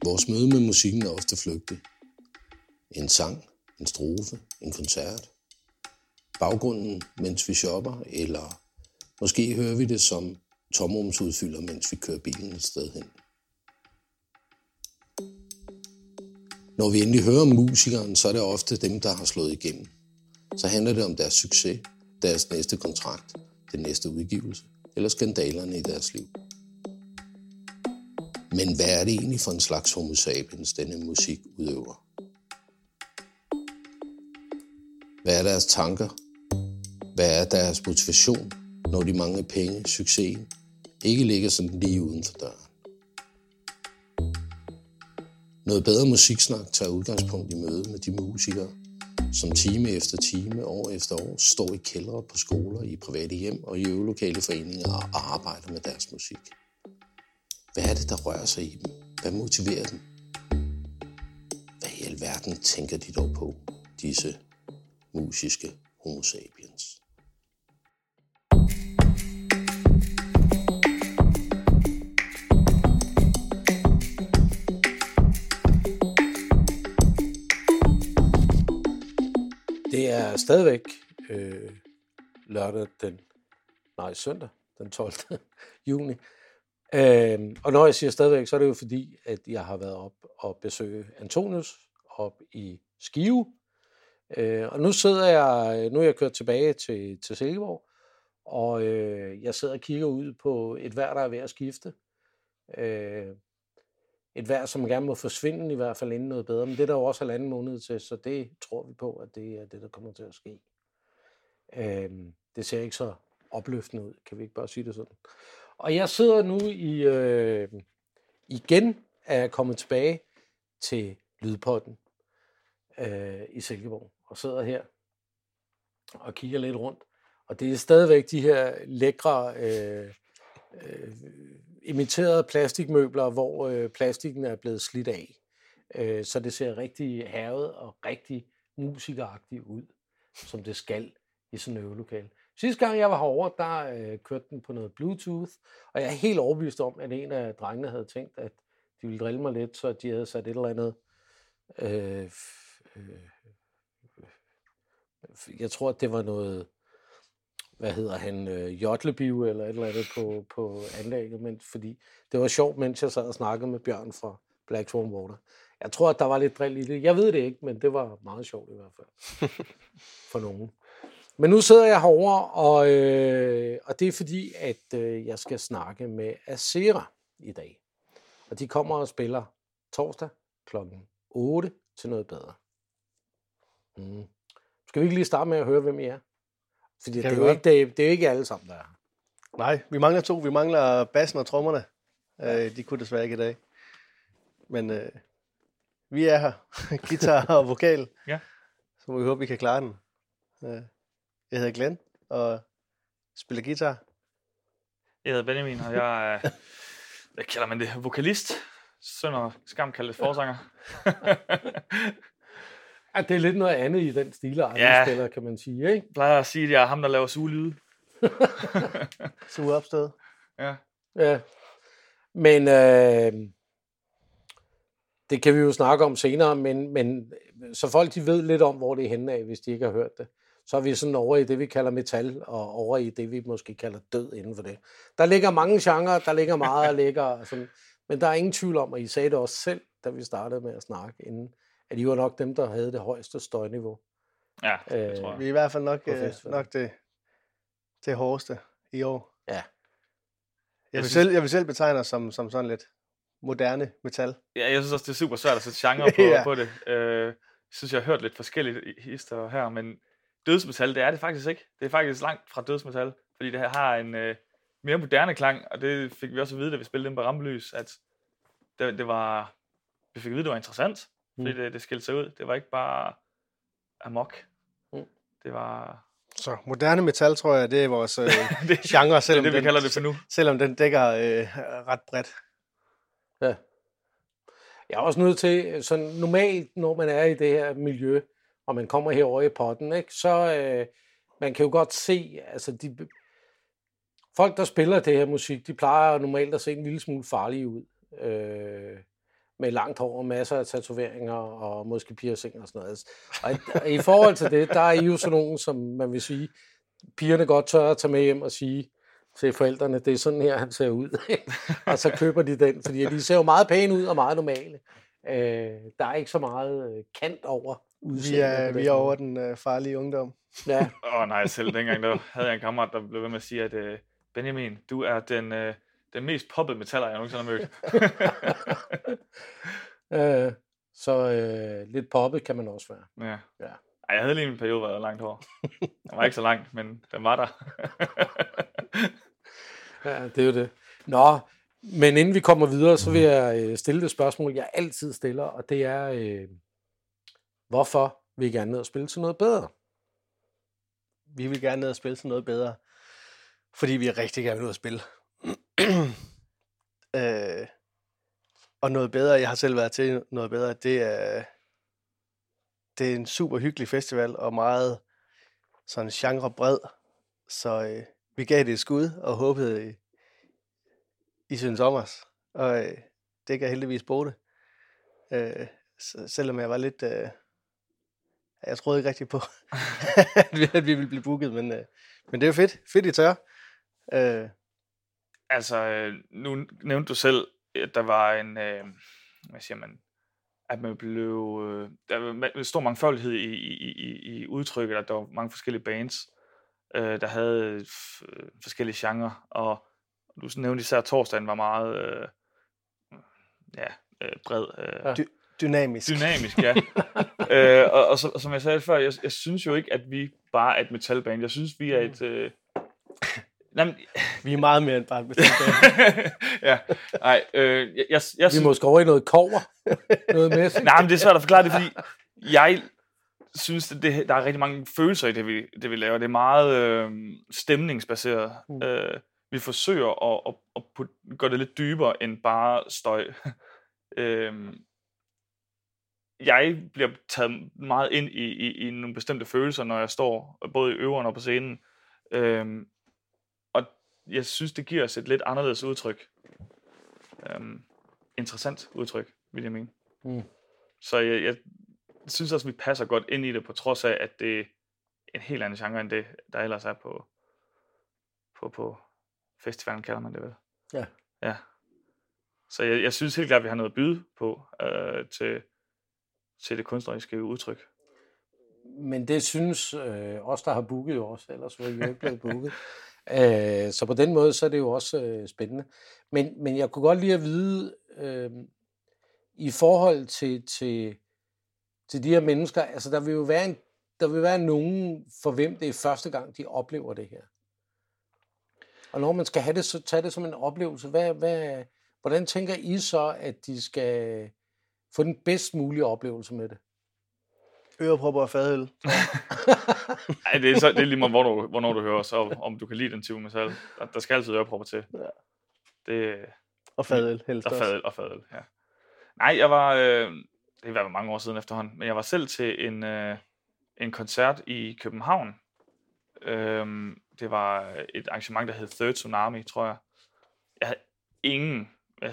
Vores møde med musikken er ofte flygtig. En sang, en strofe, en koncert. Baggrunden, mens vi shopper, eller måske hører vi det som tomrumsudfylder, mens vi kører bilen et sted hen. Når vi endelig hører om musikeren, så er det ofte dem, der har slået igennem. Så handler det om deres succes, deres næste kontrakt, den næste udgivelse eller skandalerne i deres liv. Men hvad er det egentlig for en slags homo sapiens, denne musik udøver? Hvad er deres tanker? Hvad er deres motivation, når de mange penge, succesen, ikke ligger sådan lige uden for døren? Noget bedre musiksnak tager udgangspunkt i møde med de musikere, som time efter time, år efter år, står i kældre på skoler, i private hjem og i øvelokale foreninger og arbejder med deres musik. Hvad er det, der rører sig i dem? Hvad motiverer dem? Hvad i alverden tænker de dog på, disse musiske homo sapiens? Det er stadigvæk søndag den 12. juni. Og når jeg siger stadigvæk, så er det jo fordi, at jeg har været op og besøge Antonius op i Skive. Og nu er jeg kørt tilbage til Silkeborg, og jeg sidder og kigger ud på et vejr, der er ved at skifte. Et vejr, som gerne må forsvinde, i hvert fald inden noget bedre. Men det er der jo også 1,5 måned til, så det tror vi på, at det er det, der kommer til at ske. Det ser ikke så opløftende ud, kan vi ikke bare sige det sådan. Og jeg sidder nu igen er jeg kommet tilbage til Lydpotten i Silkeborg, og sidder her og kigger lidt rundt. Og det er stadigvæk de her lækre imiterede plastikmøbler, hvor plastikken er blevet slidt af. Så det ser rigtig hærget og rigtig musikeragtigt ud, som det skal i sådan en øvelokale. Sidste gang jeg var herovre, der kørte den på noget Bluetooth, og jeg er helt overbevist om, at en af drengene havde tænkt, at de ville drille mig lidt, så de havde sat et eller andet jeg tror, at det var noget, Jotlebio eller et eller andet på anlægget, men fordi det var sjovt, mens jeg sad og snakkede med Bjørn fra Black Swan Water. Jeg tror, at der var lidt drill i det. Jeg ved det ikke, men det var meget sjovt i hvert fald. For nogen. Men nu sidder jeg herovre, og det er fordi, at jeg skal snakke med Asera i dag. Og de kommer og spiller torsdag kl. 8 til noget bedre. Skal vi ikke lige starte med at høre, hvem I er? Fordi det er jo ikke alle sammen, der er her. Nej, vi mangler 2. Vi mangler bassen og trommerne. De kunne desværre ikke i dag. Men vi er her. Guitar og vokal. Ja. Så må vi håbe, vi kan klare den. Jeg hedder Glenn og spiller guitar. Jeg hedder Benjamin, og jeg er, hvad kalder man det, vokalist. Søn og skam kaldet forsanger. Ja, det er lidt noget andet i den stil, andre spiller, kan man sige, ikke? Jeg plejer at sige, at jeg er ham, der laver sugelyde. Suge opstød. Ja. Men det kan vi jo snakke om senere, men så folk de ved lidt om, hvor det er henne af, hvis de ikke har hørt det. Så er vi sådan over i det, vi kalder metal, og over i det, vi måske kalder død inden for det. Der ligger mange genrer, der ligger meget og ligger sådan, men der er ingen tvivl om, og I sagde det også selv, da vi startede med at snakke inden, at I var nok dem, der havde det højeste støjniveau. Ja, det tror jeg. Vi er i hvert fald nok det hårdeste i år. Ja. Jeg vil selv betegne os som sådan lidt moderne metal. Ja, jeg synes også, det er super svært at sætte genre på det. Jeg synes, jeg har hørt lidt forskelligt i hister her, men dødsmetal, det er det faktisk ikke. Det er faktisk langt fra dødsmetal, fordi det her har en mere moderne klang, og det fik vi også at vide, da vi spillede den på Rampelys, at vi fik at vide, det var interessant, fordi det skilte sig ud. Det var ikke bare amok. Det var... Så moderne metal, tror jeg, det er vores genre, selvom det, vi kalder det for nu. Selvom den dækker ret bredt. Ja. Jeg er også nødt til, sådan normalt, når man er i det her miljø, og man kommer herover i potten, ikke, så man kan jo godt se, altså folk, der spiller det her musik, de plejer normalt at se en lille smule farlige ud. med langt hår og masser af tatoveringer og måske piercing og sådan noget. Og i forhold til det, der er I jo sådan nogen, som man vil sige, pigerne godt tør at tage med hjem og sige til forældrene, det er sådan her, han ser ud. Og så køber de den, fordi de ser jo meget pæne ud og meget normale. Der er ikke så meget kant over udseendet. Vi er over den farlige ungdom. Ja. Nej, selv dengang der havde jeg en kammerat, der blev ved med at sige, at Benjamin, du er den mest poppede metaller, jeg nogensinde har mødt. Så lidt poppet kan man også være. Ja. Ja. Ej, jeg havde lige en periode, hvor jeg havde langt hår. Den var ikke så langt, men den var der. Ja, det er jo det. Nå, men inden vi kommer videre, så vil jeg stille det spørgsmål, jeg altid stiller, og det er, hvorfor vil I gerne ned og spille til noget bedre? Vi vil gerne ned og spille til noget bedre, fordi vi rigtig gerne vil ud og spille. Og noget bedre, jeg har selv været til noget bedre, det er en super hyggelig festival, og meget sådan genrebred. Så vi gav det et skud, og håbede, I synes om os. Og det kan heldigvis bruge det. Selvom jeg var lidt... jeg troede ikke rigtig på, at vi ville blive booket, men det er jo fedt. Fedt, I tør. Nu nævnte du selv, at der var en... hvad siger man? At man blev... der var stor mangfoldighed i udtrykket, at der var mange forskellige bands, der havde forskellige genrer, og du nævnte især, at torsdagen var meget bred. Dynamisk. Dynamisk, ja. Og som jeg sagde før, jeg synes jo ikke, at vi bare er et metalband. Jeg synes, vi er et... vi er meget mere end bare et metalband. Ja, nej. Vi må over i noget kover. Noget messing. Nej, men det er svært at forklare det, fordi jeg synes, at der er rigtig mange følelser i det, vi laver. Det er meget stemningsbaseret. Vi forsøger at gøre det lidt dybere end bare støj. Jeg bliver taget meget ind i nogle bestemte følelser, når jeg står både i øveren og på scenen. Og jeg synes, det giver os et lidt anderledes udtryk. Interessant udtryk, vil jeg mene. Så jeg synes også, vi passer godt ind i det, på trods af, at det er en helt anden genre, end det, der ellers er på festivalen, kalder man det vel. Ja. Så jeg synes helt klart, at vi har noget at byde på til det kunstneriske udtryk. Men det synes os, der har booket jo også, ellers var I jo ikke blevet booket. Så på den måde, så er det jo også spændende. Men jeg kunne godt lide at vide, i forhold til de her mennesker, altså der vil være nogen, for hvem det er første gang, de oplever det her. Og når man skal have det, så tage det som en oplevelse. Hvordan tænker I så, at de skal få den bedst mulige oplevelse med det? Ørepropper og fadøl. Nej, det er lige meget, hvornår du hører, så om du kan lide den type metal. Der skal altid ørepropper til. Ja. Og fadøl helst også. Og fadøl, ja. Nej, jeg var... det var mange år siden efterhånden, men jeg var selv til en koncert i København. Det var et arrangement, der hed Third Tsunami, tror jeg. Jeg havde ingen, hvad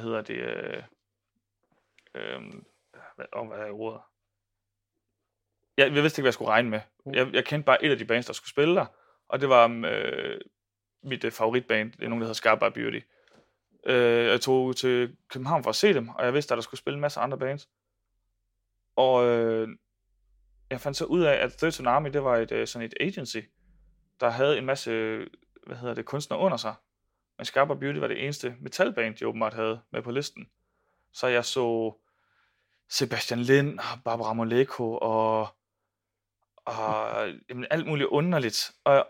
er ordet? Jeg vidste ikke, hvad jeg skulle regne med. Jeg kendte bare et af de bands, der skulle spille der, og det var mit favoritband. Det er nogen, der hedder Scar by Beauty. Jeg tog til København for at se dem, og jeg vidste, at der skulle spille en masse andre bands. Og jeg fandt så ud af, at Third Tsunami, det var sådan et agency, der havde en masse, kunstnere under sig. Men Scar by Beauty var det eneste metalband, de åbenbart havde med på listen. Så jeg så Sebastian Lind og Barbara Moleko og alt muligt underligt. Og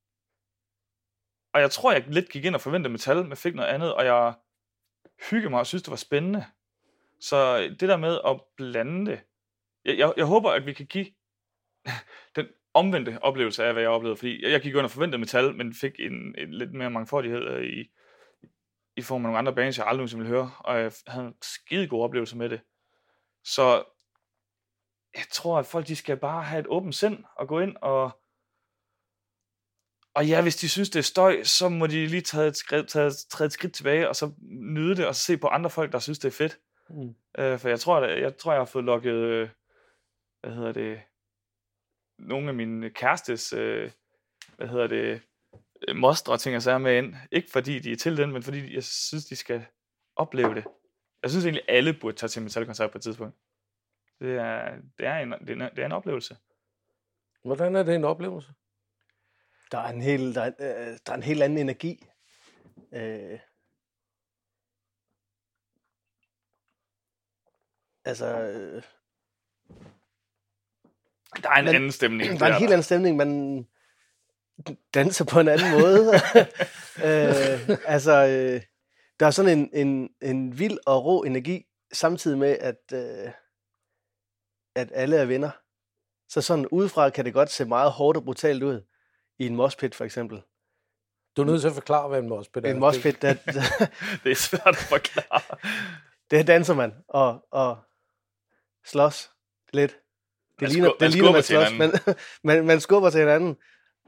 jeg tror, jeg lidt gik ind og forventede metal, men fik noget andet, og jeg hyggede mig og synes, det var spændende. Så det der med at blande det, jeg håber, at vi kan give den omvendte oplevelse af, hvad jeg oplevede, fordi jeg gik ind og forventede metal, men fik en lidt mere mangfoldighed i form af nogle andre bands, jeg aldrig nogensinde ville høre, og jeg havde en skide god oplevelse med det. Så jeg tror, at folk de skal bare have et åbent sind og gå ind og ja, hvis de synes, det er støj, så må de lige træde et skridt tilbage, og så nyde det, og så se på andre folk, der synes, det er fedt. For jeg tror, jeg har fået lukket, nogle af mine kærestes, mostre og ting og sager med ind. Ikke fordi de er til den, men fordi jeg synes, de skal opleve det. Jeg synes egentlig, alle burde tage til en metalkoncert på et tidspunkt. Det er en oplevelse. Hvordan er det en oplevelse? Der er en helt anden energi. Der er en anden stemning. Der er en helt anden stemning. Man danser på en anden måde. Der er sådan en vild og rå energi, samtidig med, at alle er venner. Så sådan udefra kan det godt se meget hårdt og brutalt ud. I en moshpit for eksempel. Du er nødt til at forklare, hvad en moshpit er. En moshpit, det er svært at forklare. Det danser man og slås lidt. Det ligner man slås, men man skubber til hinanden.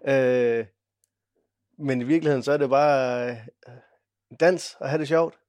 Men i virkeligheden, så er det bare dans og have det sjovt.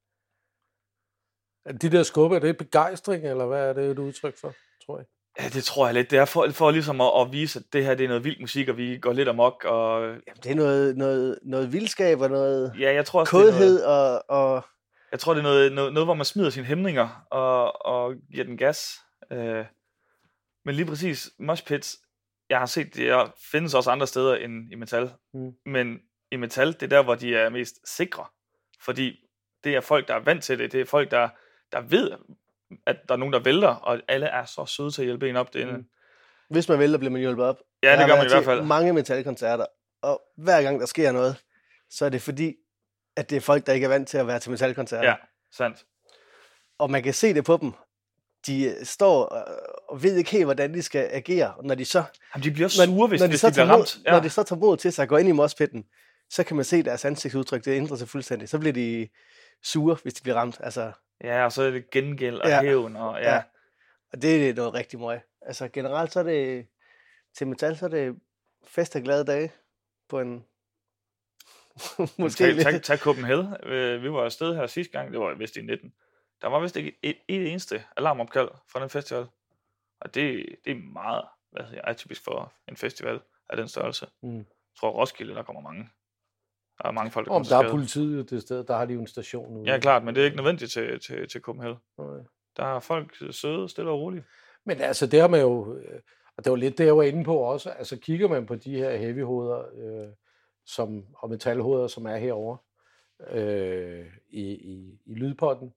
De der skubber, det er begejstring, eller hvad er det et udtryk for, tror jeg? Ja, det tror jeg lidt. Det er for ligesom at vise, at det her det er noget vild musik, og vi går lidt amok. Og... Jamen, det er noget vildskab og noget jeg tror også, kodhed og... Jeg tror, det er noget, hvor man smider sine hæmninger og giver den gas. Men lige præcis, moshpits, jeg har set, det findes også andre steder end i metal. Men i metal, det er der, hvor de er mest sikre. Fordi det er folk, der er vant til det. Det er folk, der ved, at der er nogen, der vælter, og alle er så søde til at hjælpe en op. Hvis man vælter, bliver man hjulpet op. Ja, det gør man i hvert fald. Mange metalkoncerter, og hver gang der sker noget, så er det fordi, at det er folk, der ikke er vant til at være til metalkoncerter. Ja, sandt. Og man kan se det på dem. De står og ved ikke helt, hvordan de skal agere. Og når de så... Jamen, de bliver sure, hvis de bliver ramt. Ja. Når de så tager mod til sig at gå ind i moshpitten, så kan man se deres ansigtsudtryk, det ændrer sig fuldstændig. Så bliver de sure, hvis de bliver ramt. Altså, ja, og så er det gengæld og hævn. Og, ja. Og det er noget rigtig meget. Altså generelt så er det, til metal, så er det fest og glade dage på en... Tag Copenhagen. Vi var afsted her sidste gang, det var vist i 19. Der var vist ikke et eneste alarmopkald fra den festival. Og det er meget atypisk for en festival af den størrelse. Jeg tror Roskilde, der kommer mange. Der er mange folk, der kommer til skade. Der er politiet det sted, der har de jo en station ude. Ja, klart, men det er ikke nødvendigt til Copenhagen. Der er folk søde, stille og roligt. Men altså, det har man jo... Og det var lidt det, jeg var inde på også. Altså, kigger man på de her heavyhoveder og metalhoveder, som er herovre i lydpotten,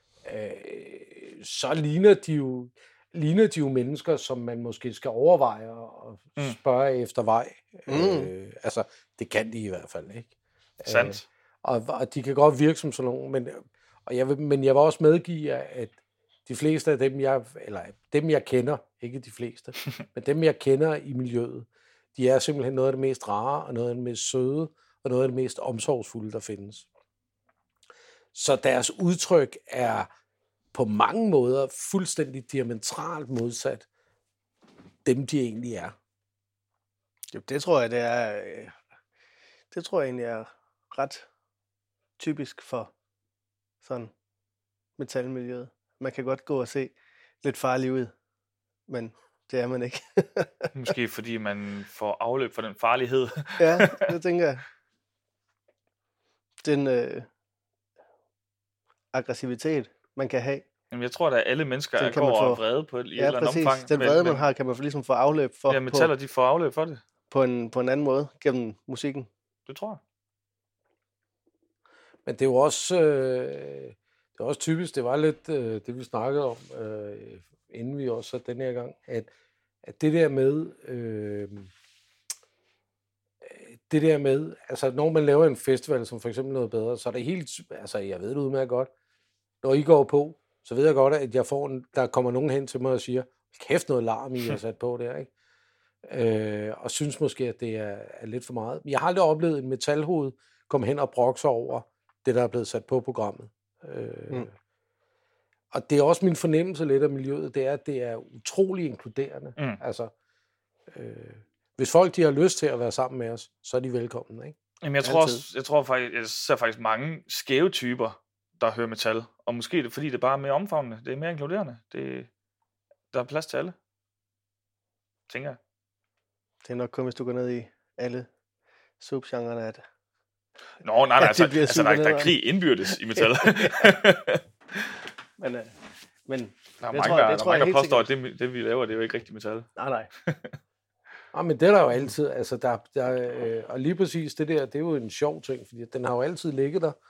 så ligner de jo mennesker, som man måske skal overveje og spørge efter vej. Altså, det kan de i hvert fald, ikke? Sandt. Og de kan godt virke som sådan nogle, men jeg vil også medgive, at de fleste af dem jeg kender, ikke de fleste, men dem jeg kender i miljøet, de er simpelthen noget af det mest rare, og noget af det mest søde, og noget af det mest omsorgsfulde, der findes. Så deres udtryk er på mange måder fuldstændig diametralt modsat dem, de egentlig er. Det tror jeg, det tror jeg egentlig er ret typisk for sådan metalmiljøet. Man kan godt gå og se lidt farlig ud, men det er man ikke. Måske fordi man får afløb for den farlighed. Ja, det tænker jeg. Den aggressivitet, man kan have. Jamen, jeg tror, at alle mennesker går og vrede på et eller andet omfang. Den vrede, man har, kan man ligesom få afløb for. Ja, metaller, de får afløb for det. På en anden måde, gennem musikken. Det tror jeg. Men det er jo også typisk, det var lidt det, vi snakkede om, inden vi også den her gang, at det der med, altså når man laver en festival, som for eksempel Noget Bedre, så er det helt, altså jeg ved det udmærket godt, når I går på, så ved jeg godt, at der kommer nogen hen til mig og siger, kæft noget larm, I har sat på der, ikke? Og synes måske, at det er lidt for meget. Men jeg har aldrig oplevet en metalhoved komme hen og brokke sig over det, der er blevet sat på programmet. Og det er også min fornemmelse lidt af miljøet, det er, at det er utrolig inkluderende. Altså, hvis folk de har lyst til at være sammen med os, så er de velkomne, ikke? Jamen, jeg ser faktisk mange skæve typer, der hører metal. Og måske er det, fordi det bare er mere omfavnende. Det er mere inkluderende. Der er plads til alle. Tænker jeg. Det er nok kun, hvis du går ned i alle subgenrerne, at... Nå, nej, Ja, altså, det bliver altså der super er krig indbyrdes i metal. Men der er jeg mange, der helt påstår, at sikkert. det, vi laver, det er jo ikke rigtig metal. Nej. Ja, men det er der jo altid, altså og lige præcis det der, det er jo en sjov ting, fordi den har jo altid ligget der.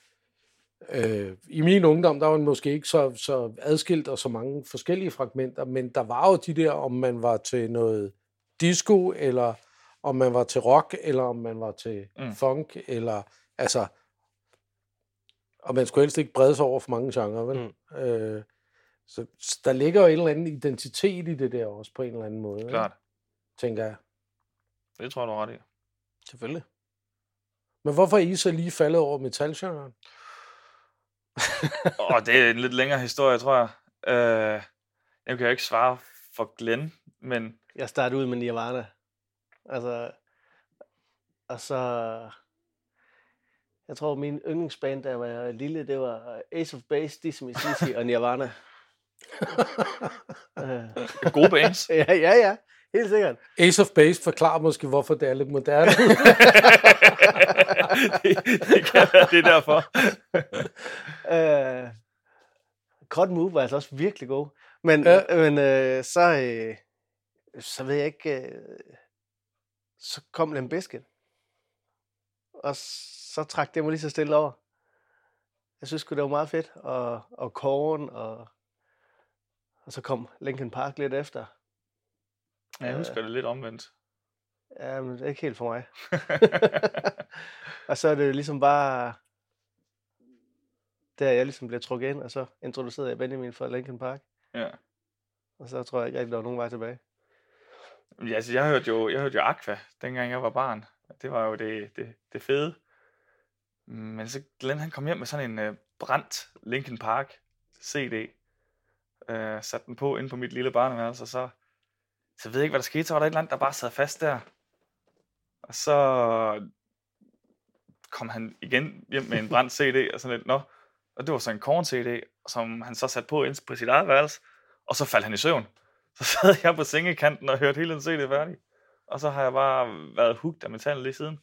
I min ungdom, der var den måske ikke så adskilt og så mange forskellige fragmenter, men der var jo de der, om man var til noget disco, eller om man var til rock, eller om man var til funk, eller altså, og man skulle helst ikke brede sig over for mange genrer, vel? Så der ligger jo en eller anden identitet i det der også, på en eller anden måde. Klart. Tænker jeg. Det tror jeg, du er ret i. Selvfølgelig. Men hvorfor er I så lige faldet over metalgenren? Det er en lidt længere historie, tror jeg. Jeg kan jo ikke svare for Glenn, men... Jeg startede ud med Nirvana. Altså... Og så... Jeg tror, min yndlingsband, da jeg var lille, det var Ace of Base, Dizzy Miss Lizzy og Nirvana. Gode bands. Ja. Helt sikkert. Ace of Base forklarer måske, hvorfor det er lidt moderne. det er derfor. Cotton Move var altså også virkelig god. Men så ved jeg ikke... så kom Limp Bizkit. Og så trak det mig lige så stille over. Jeg synes sgu, det var meget fedt. Og Korn, og så kom Linkin Park lidt efter. Ja, jeg husker det lidt omvendt. Ja, men det er ikke helt for mig. Og så er det ligesom bare... Der jeg ligesom blev trukket ind, og så introducerede jeg Benjamin for Linkin Park. Ja. Og så tror jeg ikke rigtig, der var nogen vej tilbage. Ja, altså, jeg hørte jo Aqua, dengang jeg var barn. Det var jo det fede. Men så Glenn, han kom hjem med sådan en brændt Linkin Park CD. Satte den på inde på mit lille barneværelse, og så ved jeg ikke, hvad der skete. Så var der et eller andet, der bare sad fast der. Og så kom han igen hjem med en brændt CD, og sådan lidt, og det var så en Korn CD, som han så satte på ind på sit eget værelse, og så faldt han i søvn. Så sad jeg på sengekanten og hørte hele den CD færdig. Og så har jeg bare været hooked af metal lige siden.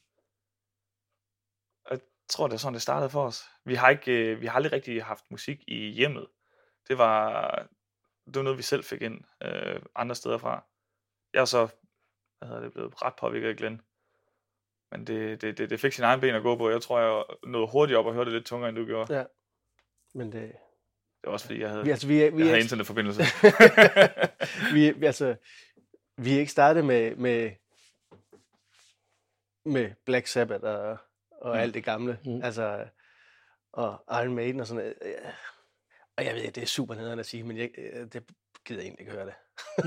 Jeg tror, det er sådan, det startede for os. Vi har aldrig rigtig haft musik i hjemmet. Det var noget, vi selv fik ind andre steder fra. Jeg er så blevet ret påvirket af Glenn. Men det fik sin egen ben at gå på. Jeg tror, jeg nåede hurtigt op og hørte lidt tungere, end du gjorde. Ja, men det var også fordi, jeg havde, jeg havde internetforbindelse. vi er ikke startet med Black Sabbath og alt det gamle. Altså, og Iron Maiden og sådan noget. Og jeg ved, det er super nederen at sige, men det gider jeg egentlig ikke høre det.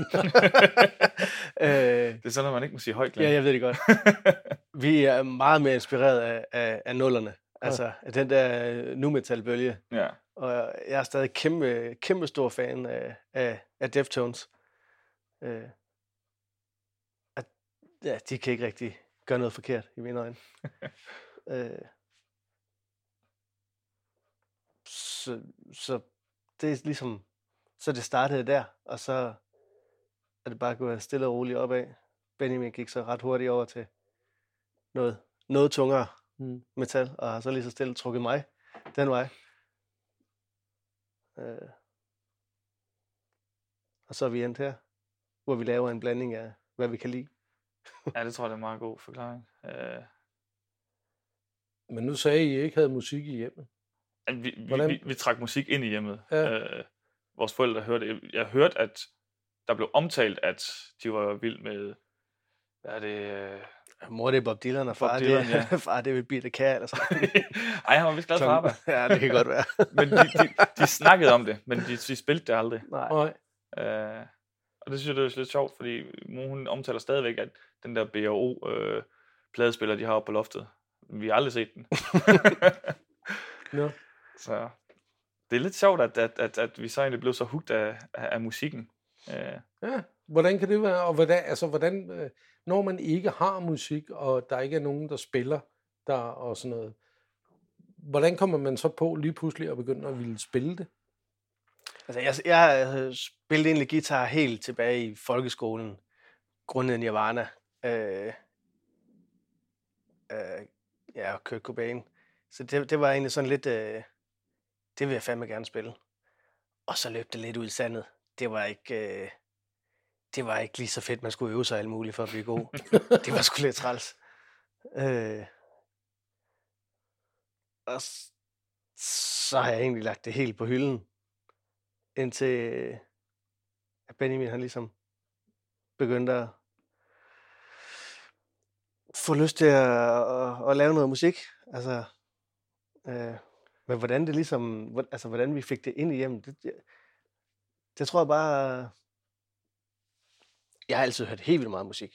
Det er sådan, at man ikke må sige højt. Ja, jeg ved det godt. Vi er meget mere inspireret af nullerne. Altså, af den der nu metal-bølge. Ja. Og jeg er stadig kæmpe stor fan af Deftones. De kan ikke rigtig gøre noget forkert i mine øjne. Så det er ligesom, så det startede der, og så er det bare gået stille og roligt opad. Benjamin gik så ret hurtigt over til noget tungere metal, og har så lige så stille trukket mig den vej. Og så er vi endt her, hvor vi laver en blanding af, hvad vi kan lide. Ja, det tror jeg, det er en meget god forklaring. Men nu sagde I ikke havde musik i hjemmet. Vi trak musik ind i hjemmet. Ja. Vores forældre hørte. Jeg hørte, at der blev omtalt, at de var vild med... Hvad er det? Mor, det er Bob Dylan, og far, Dylan, det, ja. Far, det er vel Birte Kjær, eller sådan. Ej, han var vist glad for ABBA. Ja, det kan godt være. Men de snakkede om det, men de spillede det aldrig. Nej. Og det synes jeg, det er lidt sjovt, fordi hun omtaler stadigvæk, at den der B&O-pladespiller, de har oppe på loftet. Vi har aldrig set den. No. Så det er lidt sjovt, at vi så egentlig blev så hooked af musikken. Ja, hvordan kan det være? Og hvordan når man ikke har musik, og der ikke er nogen, der spiller der og sådan noget, hvordan kommer man så på lige pludselig at begynde at ville spille det? Altså, jeg spillede egentlig guitar helt tilbage i folkeskolen, grundet Nirvana. Og Kurt Cobain. Så det var egentlig sådan lidt, det vil jeg fandme gerne spille. Og så løb det lidt ud i sandet. Det var ikke lige så fedt, man skulle øve sig alt muligt for at blive god. Det var sgu lidt træls. Og så har jeg egentlig lagt det helt på hylden, indtil at Benjamin han ligesom begyndte at få lyst til at lave noget musik. Altså, men hvordan det ligesom, hvordan vi fik det ind i hjemmet, det tror jeg bare, jeg har altid hørt helt vildt meget musik.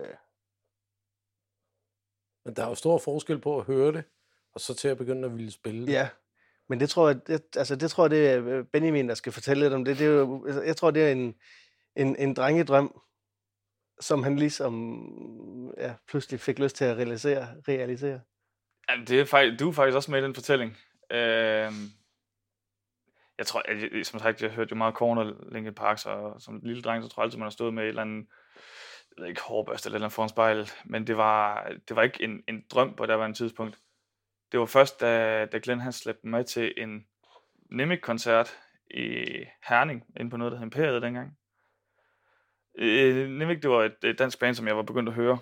Men der er jo stor forskel på at høre det, og så til at begynde at ville spille det. Ja, men det tror jeg, det er Benjamin, der skal fortælle lidt om det. Det er jo, jeg tror, det er en drengedrøm, som han ligesom pludselig fik lyst til at realisere. Jamen, du er faktisk også med i den fortælling. Jeg tror, som sagt, jeg hørte jo meget Korn og Linkin Park, så som lille dreng, så tror jeg altid, man har stået med et eller andet, jeg ved ikke, hårbørste eller foran spejlet, men det var ikke en drøm på det tidspunkt. Det var først, da Glenn han slæbte mig til en Nimiq-koncert i Herning, inde på noget, der hed Imperiet dengang. Nimiq, det var et dansk band, som jeg var begyndt at høre.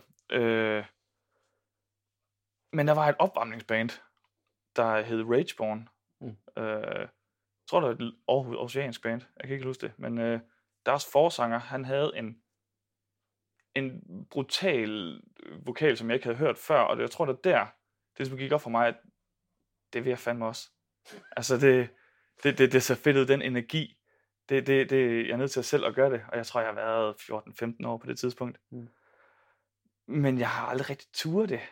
Men der var et opvarmningsband, der hed Rageborn. Jeg tror, det var et aarhusiansk band. Jeg kan ikke huske det. Men deres forsanger, han havde en brutal vokal, som jeg ikke havde hørt før. Og jeg tror, det som gik op for mig, at det vil jeg fandme også. Altså, det ser fedt ud, den energi. Jeg er nødt til selv at gøre det. Og jeg tror, jeg har været 14-15 år på det tidspunkt. Men jeg har aldrig rigtig turet det.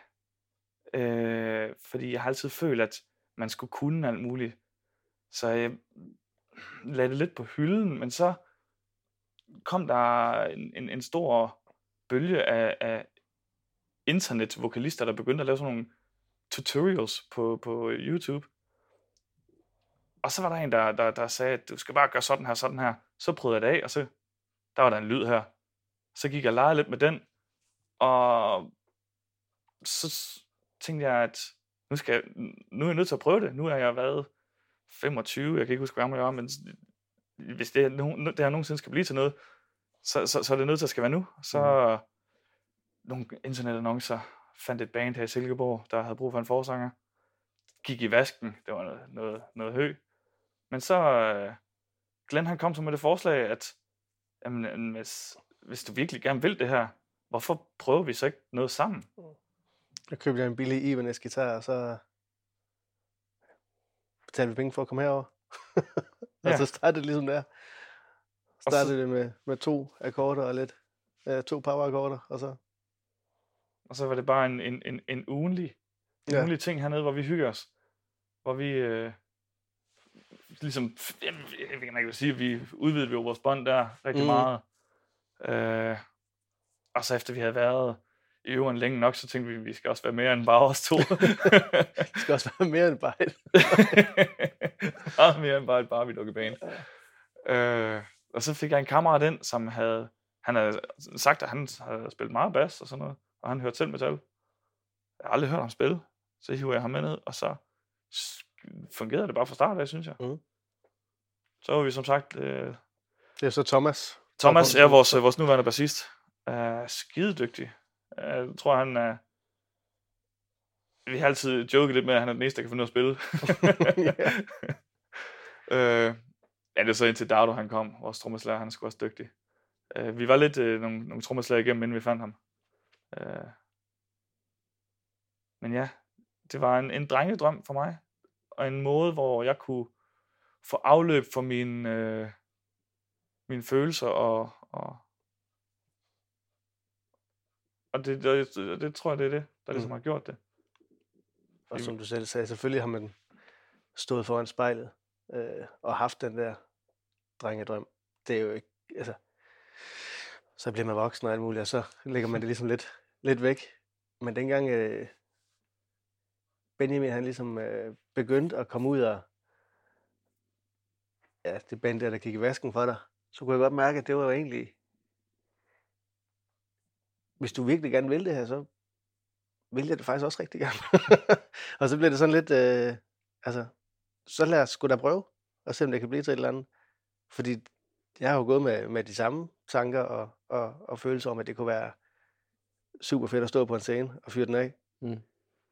Fordi jeg har altid følt, at man skulle kunne alt muligt. Så jeg lagde det lidt på hylden, men så kom der en stor bølge af internetvokalister, der begyndte at lave sådan nogle tutorials på YouTube. Og så var der en, der sagde, at du skal bare gøre sådan her. Så prøvede jeg det af, og så der var der en lyd her. Så gik jeg og legede lidt med den, og så tænkte jeg, at nu er jeg nødt til at prøve det. Nu er jeg været 25, jeg kan ikke huske, hvor gammel jeg var, men hvis det her nogensinde skal blive til noget, så er det nødt til at skal være nu. Så nogle internetannoncer, fandt et band her i Silkeborg, der havde brug for en forsanger, gik i vasken, det var noget hø. Men så Glenn han kom så med det forslag, at jamen, hvis du virkelig gerne vil det her, hvorfor prøver vi så ikke noget sammen? Jeg købte en billig Ibanez guitar, og så betalte vi penge for at komme herover. Og så startede det ligesom der. Startede det med 2 akkorder og lidt 2 power-akkorder, og så var det bare en ugenlig ting hernede, hvor vi hygger os. Hvor vi ligesom, jeg kan ikke sige, vi udvidede vores bånd der rigtig meget. Og så efter vi havde været i øveren længe nok, så tænkte vi skal også være mere end bare os to. Vi skal også være mere end bare et. Meget mere end bare et Barbie-dukkebane. Og så fik jeg en kammerat ind, som han havde sagt, at han havde spillet meget bas og sådan noget, og han hørte selv metal. Jeg har aldrig hørt ham spille, så hiver jeg ham med ned, og så fungerede det bare fra start af, synes jeg. Så var vi som sagt... det er så Thomas. Thomas er vores nuværende bassist. Skidedygtig. Jeg tror, han er... Vi har altid joket lidt med, at han er den eneste, der kan finde ud af at spille. Det er så indtil Dardo han kom. Vores trommeslager, han er sgu også dygtig. Vi var lidt nogle trommeslager igennem, inden vi fandt ham. Men ja, det var en drengedrøm for mig. Og en måde, hvor jeg kunne få afløb for mine følelser og det tror jeg, det er det, der ligesom har gjort det. Og som du selv sagde, selvfølgelig har man stået foran spejlet og haft den der drengedrøm. Det er jo ikke, altså, så bliver man voksen og alt muligt, og så lægger man det ligesom lidt væk. Men dengang, Benjamin han ligesom begyndte at komme ud af det band der gik i vasken for dig, så kunne jeg godt mærke, at det var jo egentlig, hvis du virkelig gerne vil det her, så vil jeg det faktisk også rigtig gerne. Og så bliver det sådan lidt, så lad os sgu da prøve, og se om det kan blive til et eller andet. Fordi jeg har jo gået med de samme tanker og følelser om, at det kunne være super fedt at stå på en scene og fyre den af. Mm.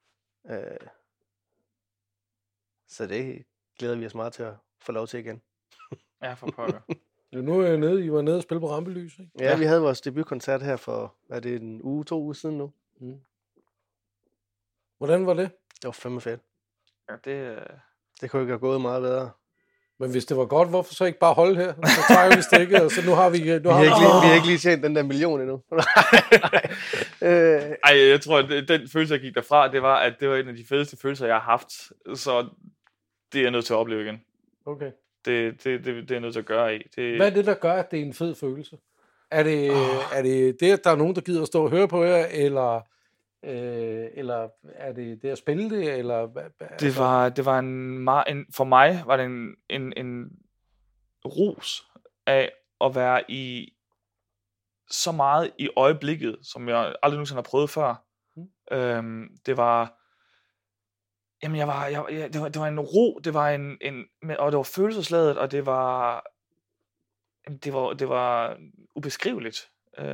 Så det glæder vi os meget til at få lov til igen. Ja, for pokker. Nu er jeg nede, I var nede og spille på Rampelys, ikke? Ja, vi havde vores debutkoncert her for, er det en uge, 2 uger siden nu? Mm. Hvordan var det? Det var fandme fedt. Ja, Det kunne ikke have gået meget bedre. Men hvis det var godt, hvorfor så ikke bare holde her? Så tager vi stikket, og så nu har vi... Vi har ikke lige tjent den der million endnu. Ej, jeg tror, at den følelse, jeg gik derfra, det var, at det var en af de fedeste følelser, jeg har haft. Så det er jeg nødt til at opleve igen. Okay. Det er jeg nødt til at gøre i. Hvad er det, der gør, at det er en fed følelse? Er det, at der er nogen, der gider at stå og høre på jer, eller er det det at spille det, eller Det var for mig var det en rus af at være i så meget i øjeblikket, som jeg aldrig nogensinde har prøvet før. Det var det var en ro, det var og det var følelsesladet, og det var ubeskriveligt.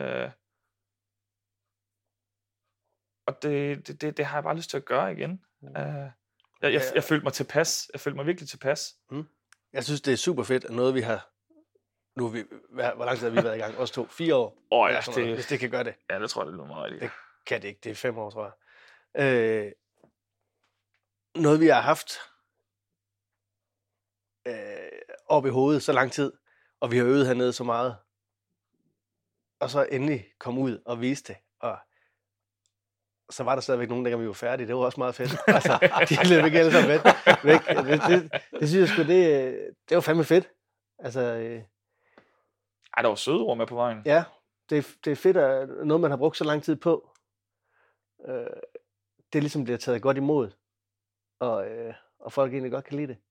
Og det har jeg bare lyst til at gøre igen. Jeg følte mig tilpas. Jeg følte mig virkelig tilpas. Jeg synes, det er super fedt, at noget vi har... Nu hvor lang tid har vi været i gang? Os 2? 4 år? Ja, hvis det kan gøre det. Ja, det tror jeg, det er meget rigtigt. Det kan det ikke. Det er 5 år, tror jeg. Noget vi har haft op i hovedet så lang tid, og vi har øvet hernede så meget, og så endelig komme ud og vise det, og så var der stadigvæk nogen, dengang vi var færdige. Det var også meget fedt. Altså, de løb ikke alle sammen væk. Det synes jeg sgu, det var fandme fedt. Altså, der var søde ord med på vejen. Ja, det er fedt, at noget, man har brugt så lang tid på, det ligesom bliver taget godt imod, og folk egentlig godt kan lide det.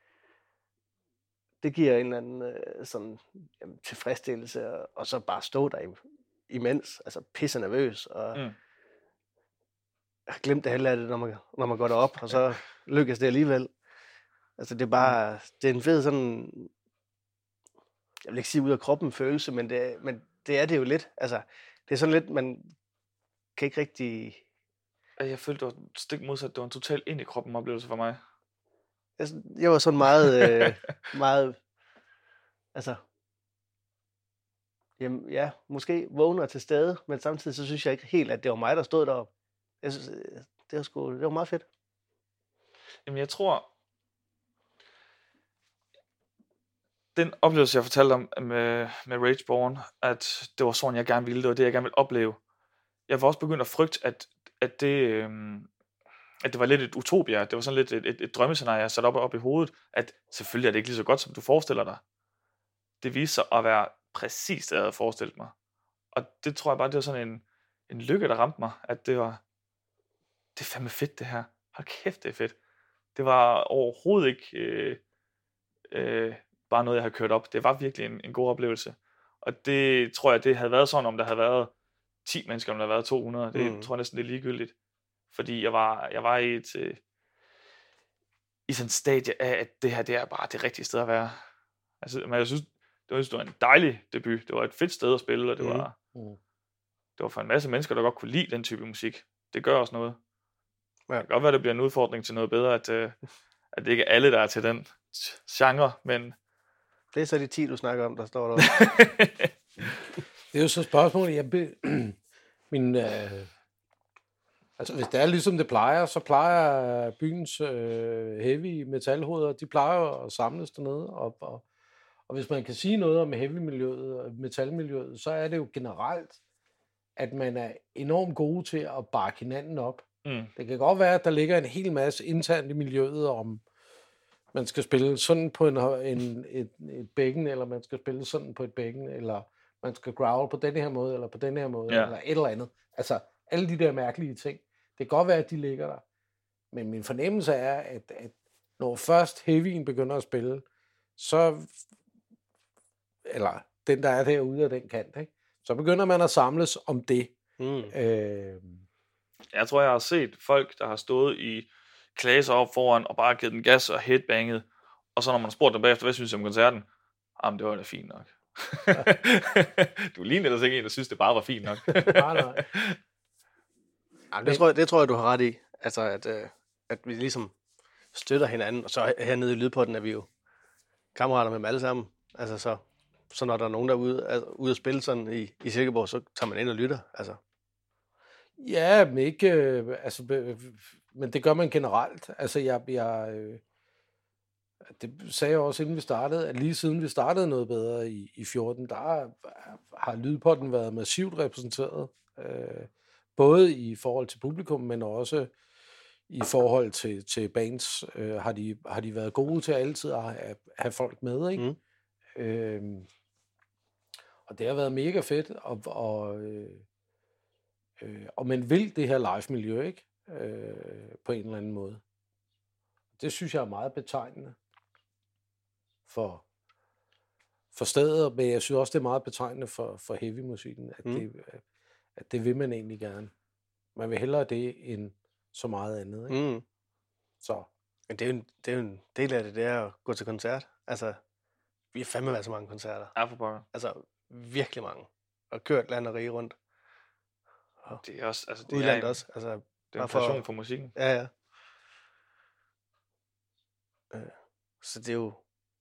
Det giver en eller anden sådan tilfredsstillelse, og så bare stå der imens, altså pisse nervøs, og jeg har glemt det hele af det, når man går derop, og så lykkes det alligevel. Altså det er bare, det er en fed sådan, jeg vil ikke sige ud af kroppen følelse, men det er det jo lidt. Altså det er sådan lidt, man kan ikke rigtig... Jeg følte, det var stik modsat, det var en total ind i kroppen oplevelse for mig. Jeg var sådan meget, meget, altså, jamen, ja, måske vågner til stede, men samtidig så synes jeg ikke helt, at det var mig, der stod deroppe. Jeg synes, det var meget fedt. Jamen jeg tror, den oplevelse, jeg fortalte om med Rageborn, at det var sådan, jeg gerne ville, det var det, jeg gerne ville opleve. Jeg var også begyndt at frygte, at det var lidt et utopia, det var sådan lidt et drømmescenarie, jeg satte op i hovedet, at selvfølgelig er det ikke lige så godt, som du forestiller dig. Det viste sig at være præcis det, jeg havde forestillet mig. Og det tror jeg bare, det var sådan en lykke, der ramte mig, at det er fandme fedt det her. Hold kæft, det er fedt. Det var overhovedet ikke bare noget, jeg havde kørt op. Det var virkelig en god oplevelse. Og det tror jeg, det havde været sådan, om der havde været 10 mennesker, om der havde været 200. Det tror jeg næsten, det er ligegyldigt. Fordi jeg var i sådan et stadie af, at det her, det er bare det rigtige sted at være. Altså, men jeg synes, det var en dejlig debut. Det var et fedt sted at spille, og det var for en masse mennesker, der godt kunne lide den type musik. Det gør også noget. Ja. Det kan godt være, det bliver en udfordring til noget bedre, at det ikke er alle, der er til den genre, men... Det er så de 10, du snakker om, der står der. Det er jo så spørgsmålet, altså hvis det er ligesom det plejer, så plejer byens heavy metalhoveder, de plejer at samles dernede, og hvis man kan sige noget om heavy-miljøet og metalmiljøet, så er det jo generelt, at man er enormt gode til at bakke hinanden op. Det kan godt være, at der ligger en hel masse internt i miljøet, om man skal spille sådan på et bækken, eller man skal spille sådan på et bækken, eller man skal growl på den her måde, eller på den her måde, eller et eller andet. Altså, alle de der mærkelige ting. Det kan godt være, at de ligger der. Men min fornemmelse er, at når først heavyen begynder at spille, så, eller den, der er derude af den kant, ikke? Så begynder man at samles om det. Jeg tror, jeg har set folk, der har stået i klasser op foran, og bare givet den gas og headbanget, og så når man har spurgt dem bagefter, hvad synes jeg om koncerten? Jamen, det var da fint nok. Du ligner ellers ikke en, der synes, det bare var fint nok. Nej. Jamen, det tror jeg, du har ret i. Altså, at vi ligesom støtter hinanden, og så hernede i Lydpotten er vi jo kammerater med dem alle sammen. Altså, så når der er nogen, der er ude at spille sådan i Silkeborg, så tager man ind og lytter. Altså. Ja, men ikke, men det gør man generelt. Altså, det sagde jeg også, inden vi startede, at lige siden vi startede Noget Bedre i 14, der har Lydpotten været massivt repræsenteret. Både i forhold til publikum, men også i forhold til bands, har de været gode til altid at have folk med, ikke? Og det har været mega fedt, og man vil det her live-miljø, ikke? På en eller anden måde. Det synes jeg er meget betegnende for stedet, men jeg synes også, det er meget betegnende for heavy-musikken, at det vil man egentlig gerne. Man vil hellere det, end så meget andet, ikke? Så. Men det er jo en del af det, det er at gå til koncert. Altså, vi har fandme været så mange koncerter. Ja, for pokker. Altså, virkelig mange. Og kørt land og rige rundt. Og det er også, altså, udlandet også. Altså, det er en passion for musikken. Ja. Så det er jo...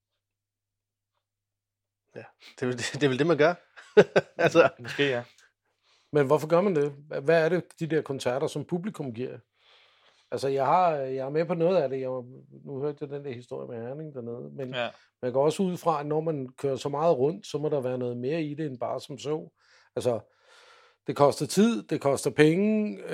Ja, det er vel det, man gør. Altså. Måske, ja. Men hvorfor gør man det? Hvad er det, de der koncerter, som publikum giver? Altså, jeg er med på noget af det. Nu hørte jeg den der historie med Herning dernede. Men man går også ud fra, at når man kører så meget rundt, så må der være noget mere i det, end bare som så. Altså, det koster tid, det koster penge,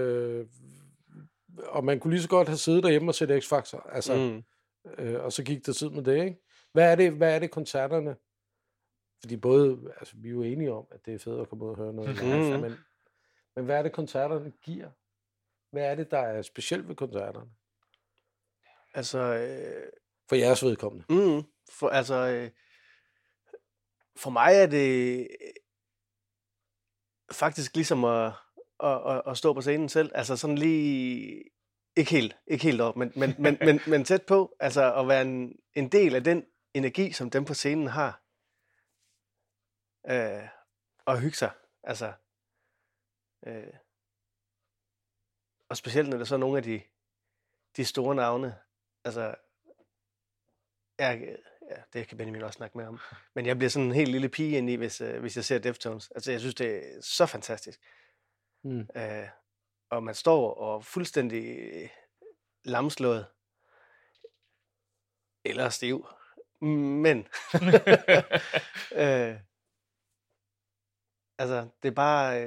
og man kunne lige så godt have siddet derhjemme og set X-Factor. Altså, og så gik der tid med det, ikke? Hvad er det koncerterne? Fordi vi er jo enige om, at det er fedt at komme ud og høre noget live, men hvad er det, koncerterne giver? Hvad er det, der er specielt ved koncerterne? Altså... for jeres vedkommende. For mig er det faktisk ligesom at stå på scenen selv. Altså sådan lige... Ikke helt op, men tæt på. Altså at være en del af den energi, som dem på scenen har. Og hygge sig. Altså... Og specielt når det er så nogle af de store navne. Altså, det kan Benjamin også snakke med om. Men jeg bliver sådan en helt lille pige ind i, hvis jeg ser Deftones. Altså, jeg synes, det er så fantastisk. Og man står og fuldstændig lamslået. Eller stiv. Men... altså, det er bare...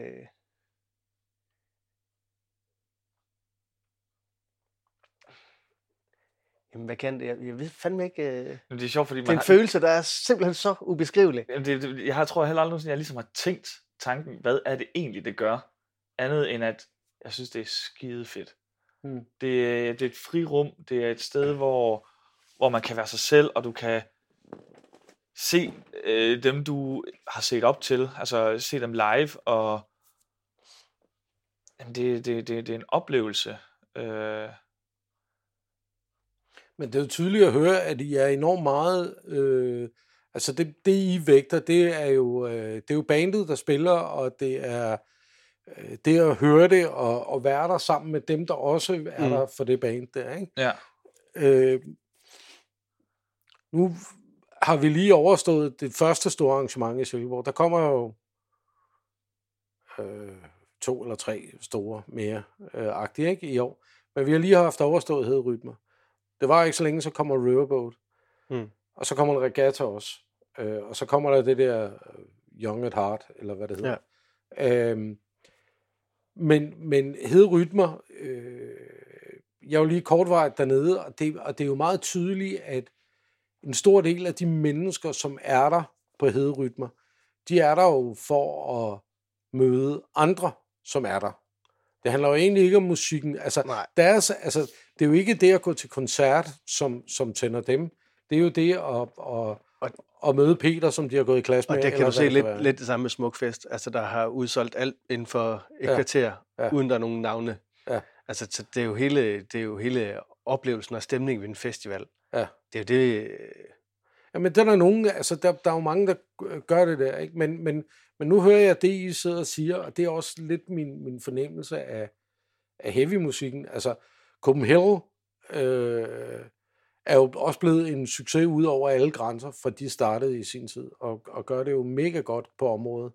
Jamen, hvad kan det? Jeg ved fandme ikke... Det er sjovt, fordi det er en følelse, der er simpelthen så ubeskrivelig. Jeg tror heller aldrig, at jeg ligesom har tænkt tanken, hvad er det egentlig, det gør? Andet end at, jeg synes, det er skide fedt. Det er et frirum, det er et sted, hvor man kan være sig selv, og du kan se dem, du har set op til, altså se dem live, og jamen, det er en oplevelse. Men det er jo tydeligt at høre, at I er enormt meget... altså det I vægter, det er jo bandet, der spiller, og det er det at høre det, og være der sammen med dem, der også er der for det band der, ikke? Ja. Nu har vi lige overstået det første store arrangement i Silkeborg. Der kommer jo 2 eller 3 store mere agtige, ikke, i år. Men vi har lige haft overstået Hederytmer. Det var ikke så længe, så kommer Riverboat. Og så kommer der Regatta også. Og så kommer der det der Young at Heart, eller hvad det hedder. Ja. Men Hederytmer, jeg var lige kortvarigt dernede, og det er jo meget tydeligt, at en stor del af de mennesker, som er der på Hederytmer, de er der jo for at møde andre, som er der. Det handler jo egentlig ikke om musikken. Altså, det er jo ikke det at gå til koncert, som tænder dem. Det er jo det at møde Peter, som de har gået i klasse med. Og det kan du se lidt det samme med Smukfest. Altså, der har udsolgt alt inden for et kvarter, uden der er nogen navne. Ja. Altså, det er jo hele oplevelsen og stemningen ved en festival. Ja. Det er jo det... Jamen, der er nogen, altså, der er jo mange, der gør det der, ikke? Men nu hører jeg det, I sidder og siger, og det er også lidt min fornemmelse af heavy-musikken. Altså, Copenhagen er jo også blevet en succes ud over alle grænser, for de startede i sin tid, og gør det jo mega godt på området.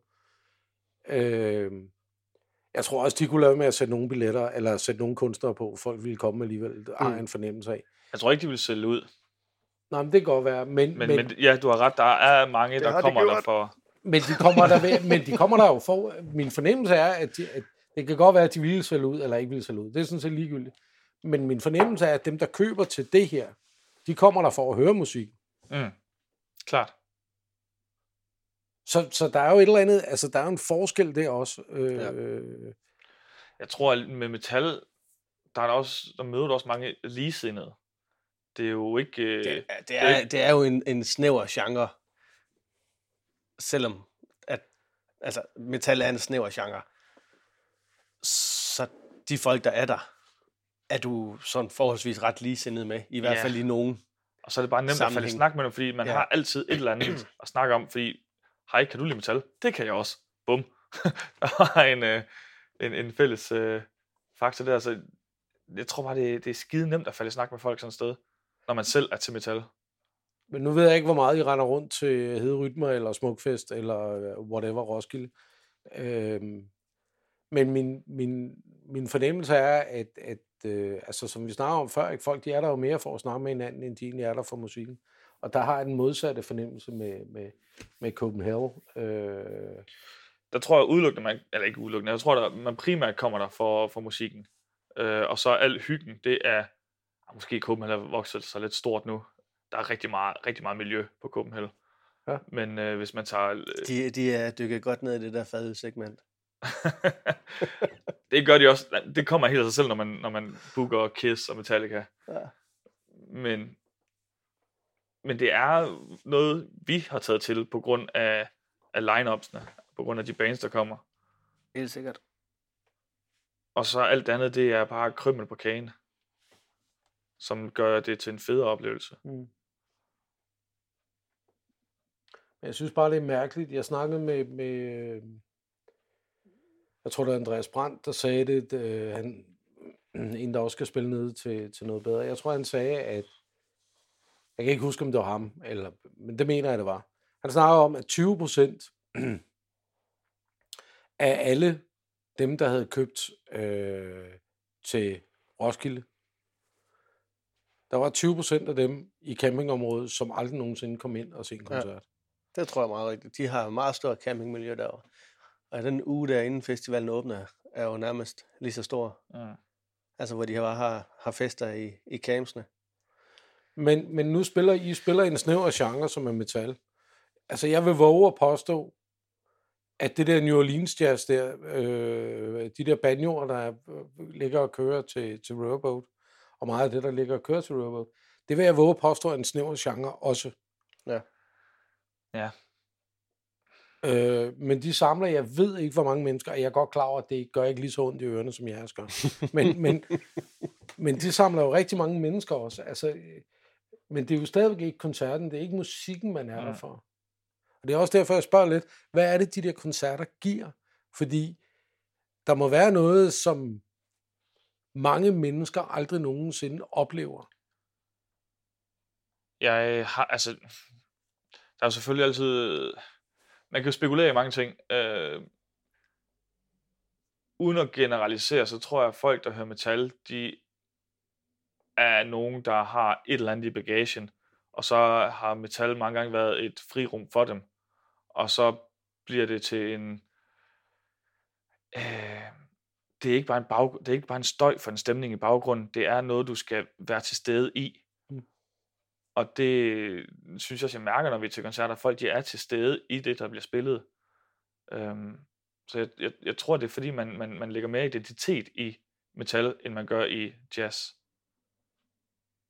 Jeg tror også, de kunne lave med at sætte nogle billetter, eller sætte nogle kunstnere på, folk ville komme alligevel, har en fornemmelse af. Jeg tror ikke, de vil sælge ud. Nej, men det kan godt være. Men ja, du har ret, der er mange, der kommer der for... Men de kommer der jo for... Min fornemmelse er, at det kan godt være, at de vil sælge ud, eller ikke vil sælge ud. Det er sådan set ligegyldigt. Men min fornemmelse er, at dem, der køber til det her, de kommer der for at høre musik. Klart. Så der er jo et eller andet... Altså, der er jo en forskel der også. Jeg tror, at med metal, der møder du også mange ligesindede. Det er jo ikke... Det er jo en snæver genre. Selvom at altså, metal er en snæver genre. Så de folk, der er der, er du sådan forholdsvis ret ligesindet med. I hvert fald i nogen. Og så er det bare nemt at falde i snak med dem, fordi man har altid et eller andet at snakke om. Fordi, hej, kan du lide metal? Det kan jeg også. Bum. Der var en fælles faktor der. Så jeg tror bare, det er skide nemt at falde i snak med folk sådan et sted, når man selv er til metal. Men nu ved jeg ikke, hvor meget I render rundt til Hede Rytmer, eller Smukfest, eller whatever, Roskilde. Men min fornemmelse er, at altså, som vi snakker om før, ikke? Folk de er der jo mere for at snakke med hinanden, end de egentlig er der for musikken. Og der har jeg den modsatte fornemmelse med Copenhagen. Der tror jeg udelukkende, eller ikke udelukkende, jeg tror, man primært kommer der for musikken. Og så al hyggen, det er, måske Copenhagen har vokset sig lidt stort nu. Der er rigtig meget miljø på Copenhagen. Ja. Men hvis man tager... De er dykket godt ned i det der fadølsegment. Det gør de også. Det kommer helt af sig selv, når man booker Kiss og Metallica. Ja. Men det er noget, vi har taget til på grund af line-upsene. På grund af de bands, der kommer. Helt sikkert. Og så alt andet, det er bare krymmel på kagen. Som gør det til en federe oplevelse. Jeg synes bare, det er mærkeligt. Jeg snakkede med jeg tror, det var Andreas Brandt, der sagde det, en, der også skal spille ned til noget bedre. Jeg tror, han sagde, at jeg kan ikke huske, om det var ham, men det mener jeg, det var. Han snakkede om, at 20% af alle dem, der havde købt til Roskilde, der var 20% af dem i campingområdet, som aldrig nogensinde kom ind og se en koncert. Ja, det tror jeg meget rigtigt. De har et meget stort campingmiljø derovre. Og den uge der inden festivalen åbner, er jo nærmest lige så stor. Ja. Altså hvor de har fester i campsene. Men nu spiller en snæver genre, som er metal. Altså jeg vil våge at påstå, at det der New Orleans jazz der, de der banjoer, der ligger og kører til Riverboat, og meget af det, der ligger og kører til Riverboat, det vil jeg våge at påstå er en snæver genre også. Ja. Ja. Men de samler, jeg ved ikke, hvor mange mennesker, og jeg er godt klar over, at det gør ikke lige så ondt i ørerne, som jeres gør. Men de samler jo rigtig mange mennesker også. Altså, men det er jo stadigvæk ikke koncerten, det er ikke musikken, man er der for. Og det er også derfor, jeg spørger lidt, hvad er det, de der koncerter giver? Fordi der må være noget, som mange mennesker aldrig nogensinde oplever. Jeg har, altså, der er jo selvfølgelig altid, man kan jo spekulere i mange ting. Uden at generalisere, så tror jeg, at folk, der hører metal, de er nogen, der har et eller andet i bagagen, og så har metal mange gange været et frirum for dem. Og så bliver det til en... det er ikke bare en støj for en stemning i baggrunden, det er noget, du skal være til stede i. Og det synes jeg mærker, når vi er til koncerter, folk de er til stede i det, der bliver spillet. Så jeg tror, det er fordi, man lægger mere identitet i metal, end man gør i jazz.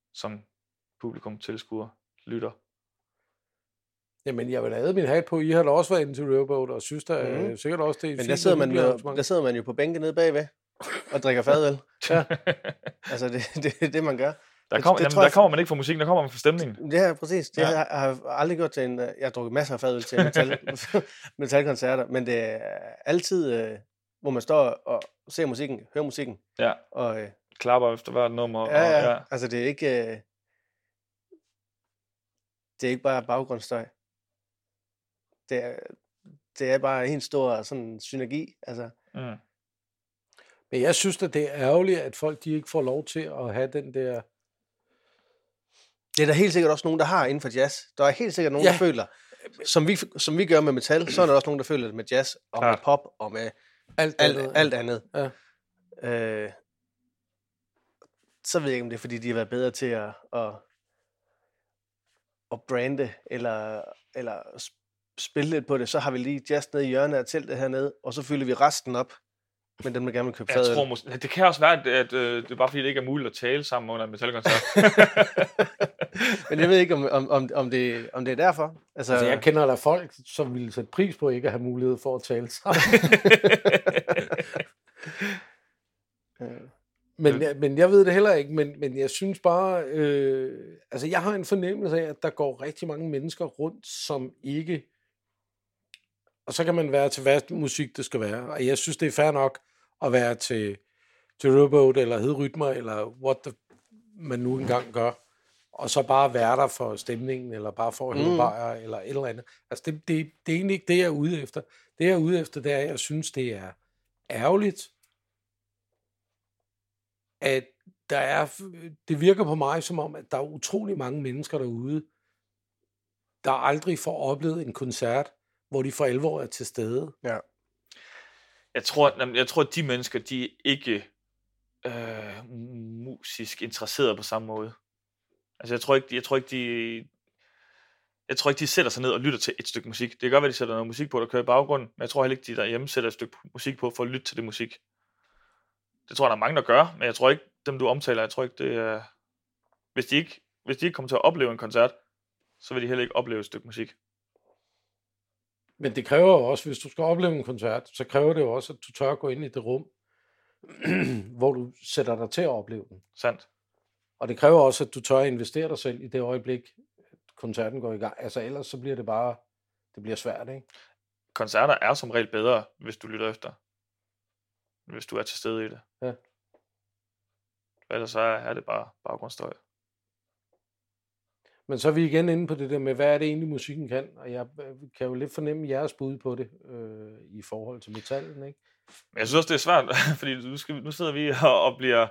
som publikum, tilskuer, lytter. Jamen, jeg vil have min hat på. I har da også været inde til Riverboat, og synes da sikkert også, det er Men der sidder man jo på bænken nede bagved og drikker fadøl. Ja. Altså, det er det, man gør. Der kommer man ikke for musikken, der kommer man for stemningen. Ja, præcis. Det har jeg aldrig gjort til jeg har drukket masser af fadøl til metalkoncerter, men det er altid, hvor man står og ser musikken, hører musikken. Ja, og klapper efter hvert nummer. Ja. Altså, det er ikke bare baggrundsstøj. Det er bare en helt stor sådan synergi. Altså. Men jeg synes at det er ærgerligt, at folk de ikke får lov til at have den der... Det er der helt sikkert også nogen, der har inden for jazz. Der er helt sikkert nogen, der føler, som vi gør med metal, så er der også nogen, der føler det med jazz, og med pop, og med alt andet. Ja. Så ved jeg ikke, om det er, fordi de har været bedre til at brande, eller spille lidt på det. Så har vi lige jazz nede i hjørnet af teltet hernede, og så fylder vi resten op. Men dem, der gerne vil købe fadøl. Det kan også være, at det er bare fordi, det ikke er muligt at tale sammen under en metalkoncert. Men jeg ved ikke, om det er derfor. Altså, jeg kender da folk, som ville sætte pris på ikke at have mulighed for at tale sammen. Men jeg ved det heller ikke. Men jeg synes bare... altså, jeg har en fornemmelse af, at der går rigtig mange mennesker rundt, som ikke... Og så kan man være til hvad musik det skal være. Og jeg synes, det er fair nok at være til Riverboat, eller Hedrytmer, eller what man nu engang gør. Og så bare være der for stemningen, eller bare for at høre bajer, eller et eller andet. Altså, det er egentlig ikke det, jeg er ude efter. Det, jeg er ude efter, det er, at jeg synes, det er ærgerligt, at det virker på mig som om, at der er utrolig mange mennesker derude, der aldrig får oplevet en koncert, hvor de for alvor er til stede. Ja. Jeg tror, at de mennesker, de er ikke musisk interesserede på samme måde. Altså, jeg tror ikke, de sætter sig ned og lytter til et stykke musik. Det kan godt være, de sætter noget musik på, der kører i baggrunden, men jeg tror heller ikke, de derhjemme sætter et stykke musik på for at lytte til det musik. Det tror jeg, der er mange, der gør, men jeg tror ikke, dem du omtaler, jeg tror ikke, det er... Hvis de ikke kommer til at opleve en koncert, så vil de heller ikke opleve et stykke musik. Men det kræver jo også, hvis du skal opleve en koncert, så kræver det jo også, at du tør at gå ind i det rum, hvor du sætter dig til at opleve den. Sandt. Og det kræver også, at du tør at investere dig selv i det øjeblik, koncerten går i gang. Altså ellers så bliver det bliver svært, ikke? Koncerter er som regel bedre, hvis du lytter efter. Hvis du er til stede i det. Ja. Ellers så er det bare baggrundsstøj. Men så er vi igen inde på det der med, hvad er det egentlig musikken kan? Og jeg kan jo lidt fornemme jeres bud på det i forhold til metallen, ikke? Men jeg synes også, det er svært, fordi nu sidder vi og bliver,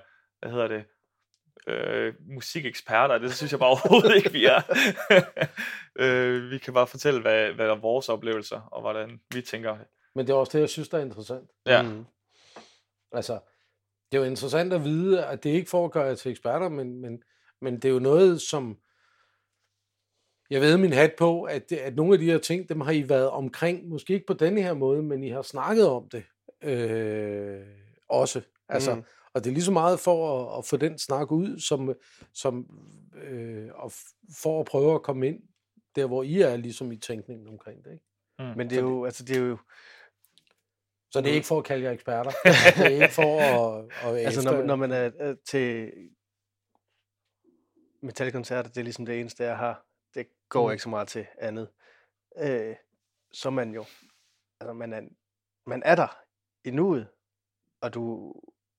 musikeksperter, det synes jeg bare overhovedet ikke, vi er. Vi kan bare fortælle, hvad er vores oplevelser, og hvordan vi tænker. Men det er også det, jeg synes, der er interessant. Ja. Altså, det er jo interessant at vide, at det ikke for at gøre jer til eksperter, men det er jo noget, som jeg ved min hat på, at nogle af de her ting, dem har I været omkring, måske ikke på denne her måde, men I har snakket om det også. Altså, og det er lige så meget for at få den snak ud, som for at prøve at komme ind der, hvor I er, ligesom i tænkningen omkring det, ikke? Men det er jo, det er jo... Så det er ikke for at kalde jer eksperter. Det er ikke for at altså, når man er til metalkoncerter, det er ligesom det eneste, jeg har. Det går ikke så meget til andet. Så man jo... Altså, man er der i nuet, og du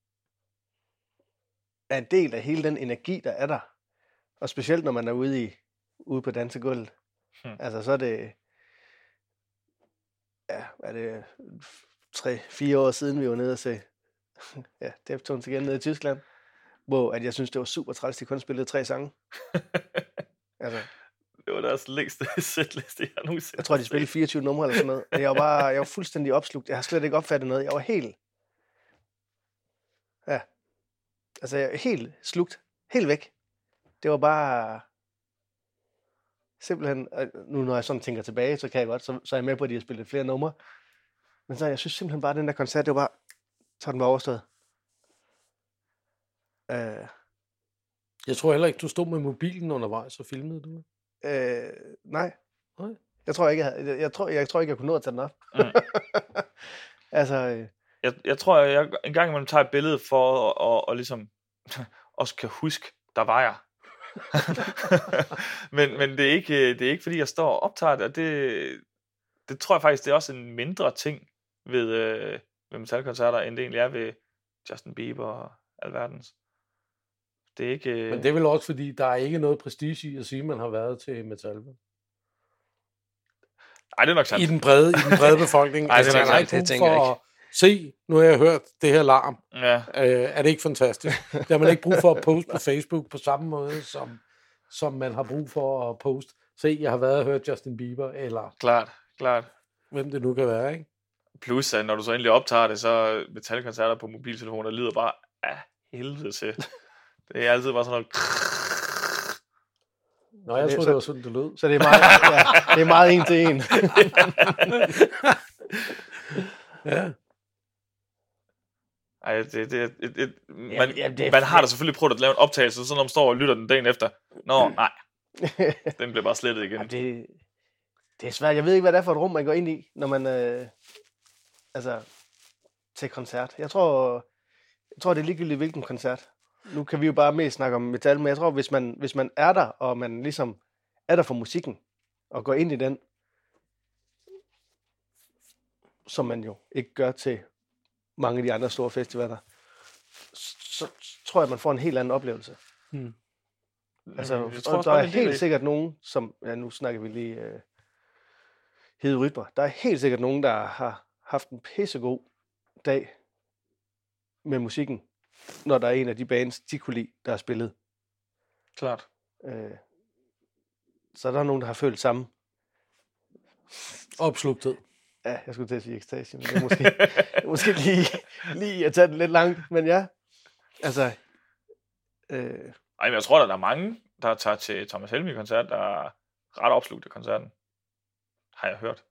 er en del af hele den energi, der er der. Og specielt, når man er ude på dansegulvet. Altså, så er det... Ja, er det 3-4 år siden, vi var nede og se Deftones igen nede i Tyskland, hvor at jeg synes, det var super træls, de kun spillede 3 sange. Altså, det var deres længste setliste, jeg nogensinde. Jeg tror, de spillede 24 numre eller sådan noget. Jeg var fuldstændig opslugt. Jeg har slet ikke opfattet noget. Jeg var helt... Ja. Altså, jeg er helt slugt. Helt væk. Det var bare... Simpelthen... Nu når jeg sådan tænker tilbage, så kan jeg godt... Så er jeg med på, at de har spillet flere numre. Men så jeg synes simpelthen bare, at den der koncert, det var bare... Så den var overstået. Jeg tror heller ikke, du stod med mobilen undervejs og filmede du. Nej. Nej. Jeg tror ikke, jeg tror ikke, jeg kunne nå at tage den op. Mm. Altså, Jeg tror, jeg en gang imellem tager et billede for at ligesom også kan huske, der var jeg. men det er ikke fordi, jeg står og optager det, og det tror jeg faktisk, det er også en mindre ting ved metalkoncerter, end det egentlig er ved Justin Bieber og alverdens. Det er ikke... Men det er vel også, fordi der er ikke noget prestige i at sige, at man har været til metal. Nej, det er nok sandt. I den brede befolkning. Ej, det er nok man har sandt. ikke Det tænker brug jeg for at se, nu har jeg hørt det her larm. Ja. Er det ikke fantastisk? Det har man ikke brug for at poste på Facebook på samme måde, som man har brug for at poste. Se, jeg har været og hørt Justin Bieber, eller Klart. hvem det nu kan være, ikke? Plus, at når du så endelig optager det, så metalkoncerter på mobiltelefoner lyder bare af helvede til. Det er altid bare sådan noget... Nå, jeg troede, det var sådan, det lød. så det er meget, det er meget en til en. Ja. Ej, man har da selvfølgelig prøvet at lave en optagelse, så når man står og lytter den dagen efter. Nå, nej. Den bliver bare slettet igen. Det er svært. Jeg ved ikke, hvad det er for et rum, man går ind i, når man til koncert. Jeg tror, det er ligegyldigt, hvilken koncert. Nu kan vi jo bare mest snakke om metal, men jeg tror, hvis man er der, og man ligesom er der for musikken, og går ind i den, som man jo ikke gør til mange af de andre store festivaler, så tror jeg, man får en helt anden oplevelse. Altså, Jeg tror der er helt sikkert nogen, som, ja, nu snakker vi lige Hede Rytmer, der er helt sikkert nogen, der har haft en pissegod dag med musikken, når der er en af de bands, de kunne lide, der har spillet. Klart. Så der er nogen, der har følt samme. Opslugthed. Ja, jeg skulle til at sige ekstase, men det er måske lige at tage den lidt langt, men ja. Altså, Ej, men jeg tror, der er mange, der tager til Thomas Helmig-koncert, der er ret opslugt af koncerten. Har jeg hørt.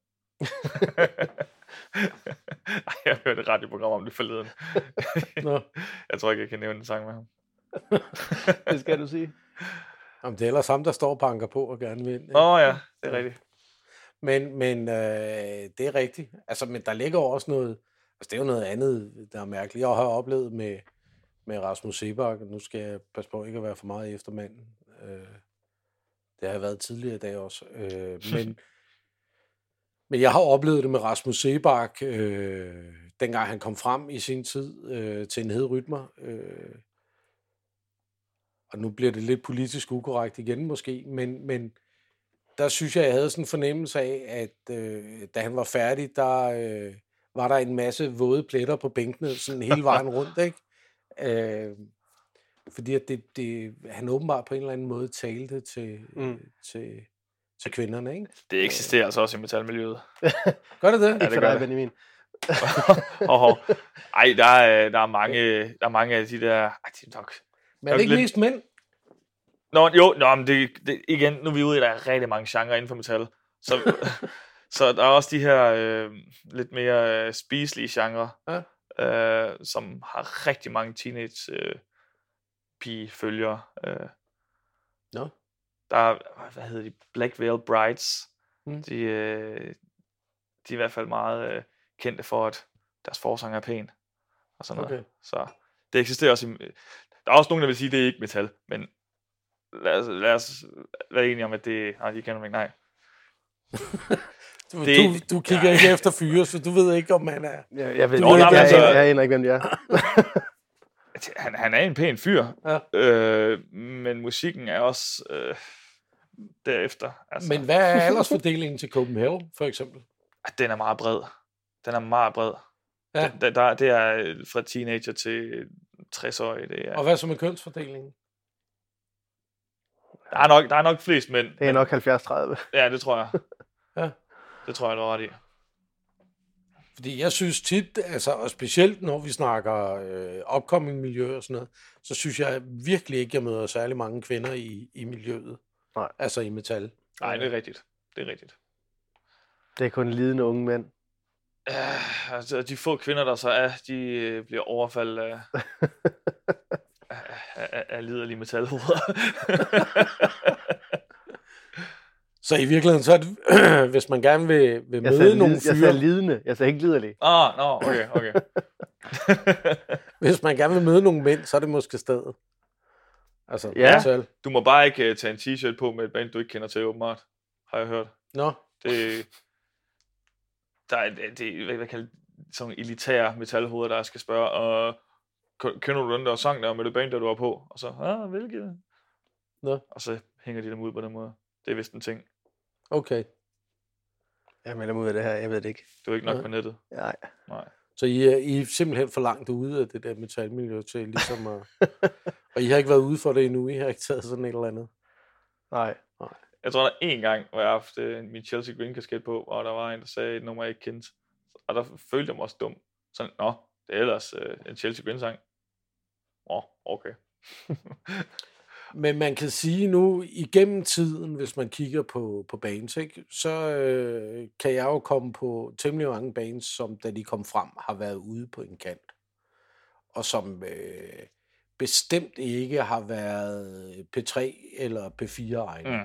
Ej, jeg har hørt et radioprogram om det forleden. Nå. Jeg tror ikke, jeg kan nævne en sang med ham. det skal du sige. Jamen, det er ellers ham, der står og banker på og gerne vil. Ja, det er rigtigt. Men det er rigtigt. Altså, men der ligger også noget... Altså, det er jo noget andet, der er mærkeligt. Jeg har oplevet med Rasmus Seebach, nu skal jeg passe på ikke at være for meget efter manden. Det har jeg været tidligere i dag også. Men jeg har oplevet det med Rasmus Seebach, dengang han kom frem i sin tid til en Hede Rytmer. Og nu bliver det lidt politisk ukorrekt igen måske, men der synes jeg havde sådan en fornemmelse af, at da han var færdig, der var der en masse våde pletter på bænkene, sådan hele vejen rundt, ikke? Fordi at han åbenbart på en eller anden måde talte til kvinderne, ikke? Det eksisterer altså også i metalmiljøet. Gør det det? Ikke for dig, Benjamin. Ej, der er mange af de der... Ej, de er nok... Men er det ikke mest mænd? Men det, igen, nu er vi ude i, der er rigtig mange genrer inden for metal. Så der er også de her lidt mere spiselige genre, som har rigtig mange teenage pige-følgere. Nå. Der er, hvad hedder de, Black Veil Brides. De er i hvert fald meget kendte for, at deres forsanger er pæn. Og sådan noget. Så det eksisterer også der er også nogen, der vil sige, at det er ikke metal, men lad os være enige om, at det... Nej, de kender mig ikke, nej. Du kigger ikke efter fyre, så du ved ikke, om han er... Jeg ved jeg aner ikke, hvem de er. Han er en pæn fyr, men musikken er også derefter. Altså. Men hvad er aldersfordelingen til Copenhagen, for eksempel? Den er meget bred. Ja. Det er fra teenager til 60-årige. Og hvad så med kønsfordelingen? Der er nok flest mænd. Det er nok 70-30. Ja, det tror jeg. Ja. Det tror jeg, du har ret i. Fordi jeg synes tit, altså, og specielt når vi snakker upcoming miljø og sådan noget, så synes jeg virkelig ikke, jeg møder særlig mange kvinder i miljøet. Nej. Altså i metal. Nej, det er rigtigt. Det er kun lidende unge mænd. Altså, de få kvinder, der så er, de bliver overfaldet af af liderlige metalhoveder. Så i virkeligheden, så er det, hvis man gerne vil møde nogle fyre... Jeg sagde lidende, jeg sagde ikke liderlig. Okay. Hvis man gerne vil møde nogle mænd, så er det måske stedet. Altså, Ja. metal. Du må bare ikke tage en t-shirt på med et band, du ikke kender til, åbenbart. Har jeg hørt. Nå, Det er hvad kalder sådan nogle elitære metalhoveder, der skal spørge, og kender du den der sang der med det band, der du var på? Og så, hvilket? Nå. Og så hænger de dem ud på den måde. Det er vist en ting. okay. Jeg melder mig ud af det her, jeg ved det ikke. Du er ikke nok Ja. på nettet. Nej. Så I er simpelthen for langt ude af det der metalmiljø til ligesom at... Og I har ikke været ude for det endnu, I har ikke taget sådan et eller andet. Nej. Jeg tror, der er én gang, hvor jeg har haft min Chelsea Green kasket på, og der var en, der sagde et nummer, jeg ikke kendte. Og der følte jeg mig også dum. Sådan, det er ellers en Chelsea Green sang. Okay. Men man kan sige nu, igennem tiden, hvis man kigger på bands, ikke, så kan jeg jo komme på temmelig mange bands, som da de kom frem, har været ude på en kant. Og som bestemt ikke har været P3 eller P4-egne.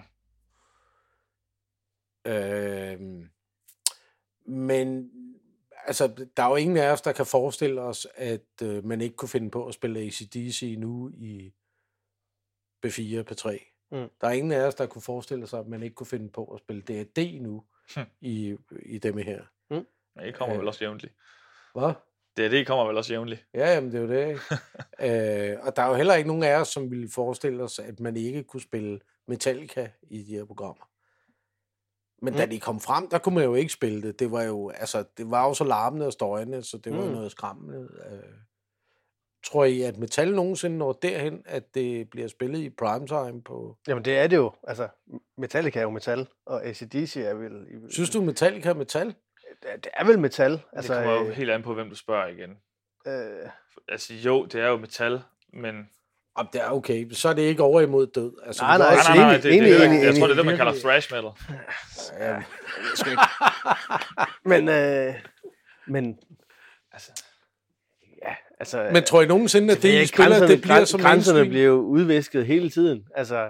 Men altså, der er jo ingen af os, der kan forestille os, at man ikke kunne finde på at spille AC/DC nu i P4, P3. Der er ingen af os, der kunne forestille sig, at man ikke kunne finde på at spille D&D nu i demme her. Det kommer vel også jævnligt. Hvad? Det kommer vel også jævnligt. Ja, jamen det er jo det, ikke? Og der er jo heller ikke nogen af os, som ville forestille os, at man ikke kunne spille Metallica i de her programmer. Men da de kom frem, der kunne man jo ikke spille det. Det var jo så larmende og støjende, så det var jo noget skræmmende. Tror I, at metal nogensinde når derhen, at det bliver spillet i primetime på... Jamen det er det jo. Altså, Metallica er jo metal, og AC/DC er vel... Synes du, Metallica er metal? Det er vel metal. Altså, det kommer jo helt an på, hvem du spørger igen. Altså jo, det er jo metal, men... Det er okay. Så er det ikke over imod død. Altså, Nej, jeg tror, det er det, man kalder thrash metal. Ja, jeg skal ikke. Men altså... Ja, altså... Men tror I nogensinde, at det, I spiller, det bliver som grænserne bliver jo udvisket hele tiden. Altså,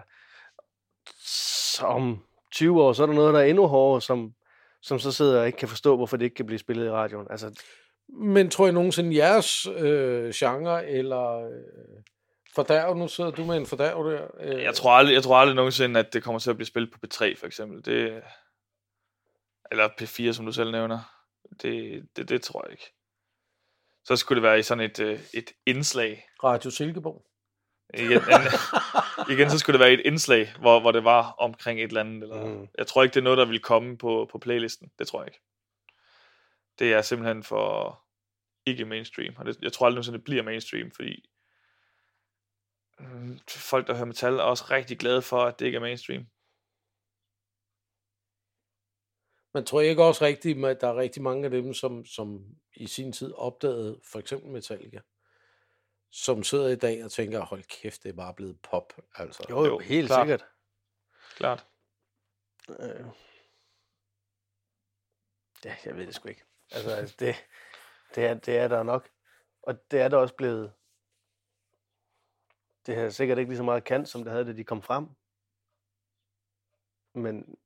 om 20 år, så er der noget, der er endnu hårdere, som så sidder og ikke kan forstå, hvorfor det ikke kan blive spillet i radioen. Altså... Men tror I nogensinde, jeres genre, eller fordærv, nu sidder du med en fordærv der? Jeg tror aldrig nogensinde, at det kommer til at blive spillet på P3, for eksempel. Eller P4, som du selv nævner. Det tror jeg ikke. Så skulle det være i sådan et indslag. Radio Silkeborg. Igen, så skulle det være et indslag, hvor det var omkring et eller andet. Eller, jeg tror ikke, det er noget, der vil komme på playlisten. Det tror jeg ikke. Det er simpelthen for ikke mainstream. Og jeg tror aldrig, det bliver mainstream, fordi folk, der hører metal, er også rigtig glade for, at det ikke er mainstream. Men tror jeg ikke også rigtigt, at der er rigtig mange af dem, som i sin tid opdagede for eksempel Metallica, som sidder i dag og tænker, hold kæft, det er bare blevet pop. Altså. Jo, helt klart. Sikkert. Klart. Ja, jeg ved det sgu ikke. Altså, det er der nok. Og det er der også blevet. Det har sikkert ikke lige så meget kant, som det havde, da de kom frem. Men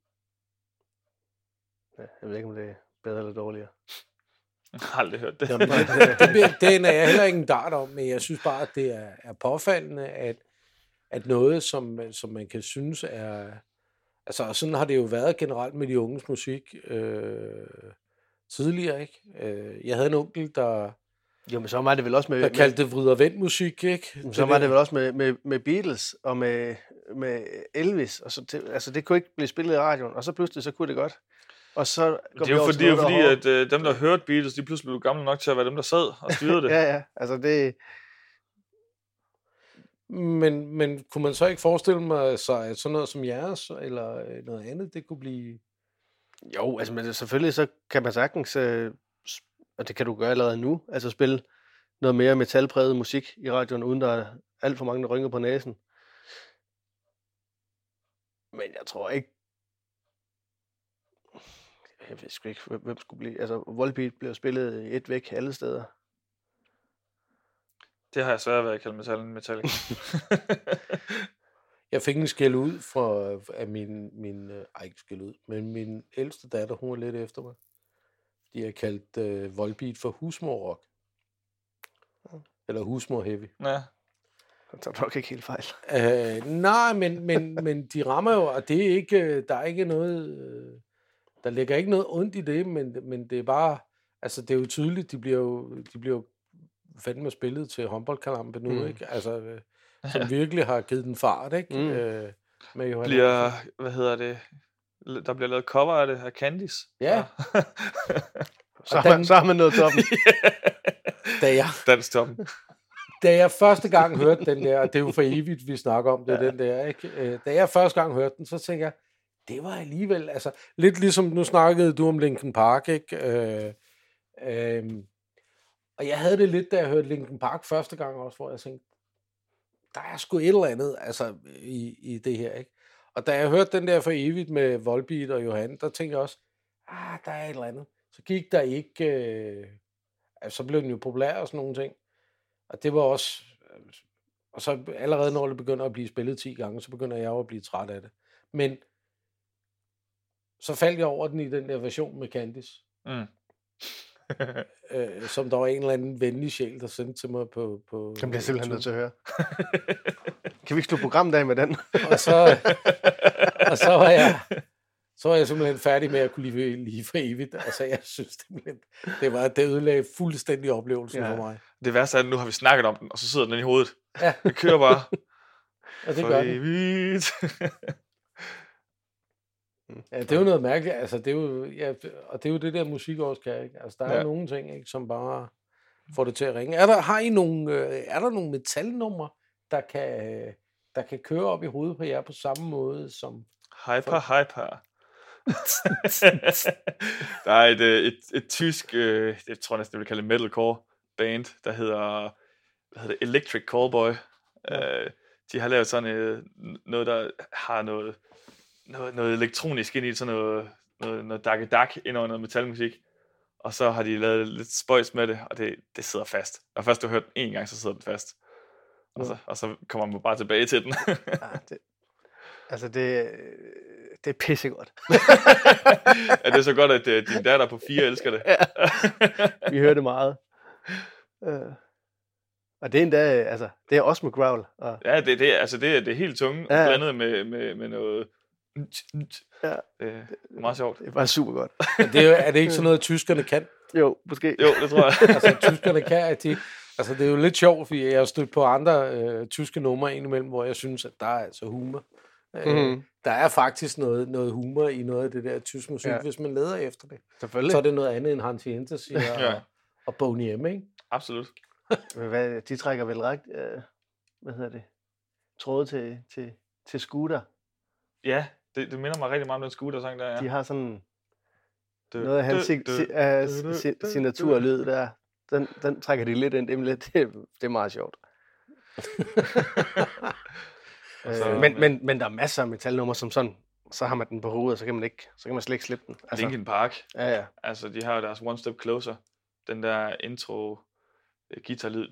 ja, jeg ved ikke, om det er bedre eller dårligere. Jeg har aldrig hørt det. Jamen, det er jeg heller ikke en dart om, men jeg synes bare, at det er påfaldende, at noget, som man kan synes er... Altså, sådan har det jo været generelt med de unges musik tidligere, ikke? Jeg havde en onkel, der... Jo, men så var det vel også med... Der kaldte det vrid og vend musik, ikke? Så var det vel også med Beatles og med Elvis. Og så altså, det kunne ikke blive spillet i radioen, og så pludselig så kunne det godt. Og så det er jo fordi, at dem, der hørte Beatles, de pludselig blev gamle nok til at være dem, der sad og styrede det. Ja, altså det... Men kunne man så ikke forestille mig sig, at sådan noget som jeres, eller noget andet, det kunne blive... Jo, altså men selvfølgelig så kan man sagtens, og det kan du gøre allerede nu, altså spille noget mere metalpræget musik i radioen, uden der er alt for mange, der rynker på næsen. Men jeg tror ikke, jeg ved sgu ikke, hvem skulle blive, altså Volbeat bliver spillet i et væk alle steder. Det har jeg svært ved at kalde Metallica. Jeg fik en skæld ud af ikke skæld ud, men min ældste datter, hun var lidt efter mig. De har kaldt Volbeat for husmor-rock. Eller husmor-heavy. Ja. Det er nok ikke helt fejl. Nej, men de rammer jo, og det er ikke, der er ikke noget, der ligger ikke noget ondt i det, men det er bare, altså det er jo tydeligt, de bliver jo fandme spillet til håndboldkampe nu, ikke? Altså, som virkelig har givet den fart, ikke? Med Johan bliver, hvad hedder det, der bliver lavet cover af det af Candice. Ja. Så har man nået toppen. Dansk toppen. Da jeg første gang hørte den der, og det er jo for evigt, vi snakker om det, den der, ikke? Da jeg første gang hørte den, så tænkte jeg, det var alligevel, altså, lidt ligesom, nu snakkede du om Linkin Park, ikke? Og jeg havde det lidt, da jeg hørte Linkin Park første gang også, hvor jeg tænkte, der er sgu et eller andet, altså, i det her, ikke? Og da jeg hørte den der for evigt med Volbeat og Johan, der tænkte jeg også, der er et eller andet. Så gik der ikke, så blev den jo populær og sådan nogle ting. Og det var også, og så allerede når det begynder at blive spillet 10 gange, så begynder jeg jo at blive træt af det. Men så faldt jeg over den i den der version med Candice. Som der var en eller anden venlig sjæl, der sendte til mig på den bliver simpelthen nødt til at høre. Kan vi ikke slå programmet af med den? og så var jeg simpelthen færdig med at kunne lide for evigt. Altså, jeg synes simpelthen, det ødelagde fuldstændig oplevelsen for mig. Det værste er, at nu har vi snakket om den, og så sidder den i hovedet. Ja. Det kører bare. Og det gør den. Ja, det er jo noget mærkeligt. Altså, det er jo, og det er jo det der musik også kan, ikke? Altså, der er nogle ting, ikke, som bare får det til at ringe. Er der nogle metalnumre, der kan køre op i hovedet på jer på samme måde som... Hyper. Der er et tysk, jeg tror næsten, jeg vil kalde det metalcore band, der hedder Electric Callboy. De har lavet sådan noget, der har noget elektronisk ind i, sådan noget dak ind over noget metalmusik. Og så har de lavet lidt spøjs med det, og det sidder fast. Og først du har hørt den en gang, så sidder den fast. Og så kommer man bare tilbage til den. Det er pissegodt. Ja, det er så godt, at din datter på 4 elsker det. Ja. Vi hører det meget. Og det er endda, altså, det er også med growl. Og... Ja, det er helt tunge, blandet med noget... Ja. Meget sjovt. Det var super godt. Er det ikke sådan noget, tyskerne kan? Jo, måske. Jo, det tror jeg. Altså, tyskerne kan, at de... Altså, det er jo lidt sjovt, fordi jeg har stødt på andre tyske numre indimellem, hvor jeg synes, at der er altså humor. Der er faktisk noget humor i noget af det der tysk musik, hvis man leder efter det. Selvfølgelig. Så er det noget andet end Hans Jentes og Boney M, ikke? Absolut. De trækker vel ret, tråde til Scooter. Ja, det minder mig rigtig meget om den Scooter-sang der, ja. De har sådan noget af hans signaturlyd der. Den trækker de lidt ind. Det er meget sjovt. Men der er masser af metalnumre, som sådan, så har man den på hovedet, så kan man slet ikke slippe den. Altså, Linkin Park. Ja. Altså, de har jo deres One Step Closer. Den der intro guitarlyd.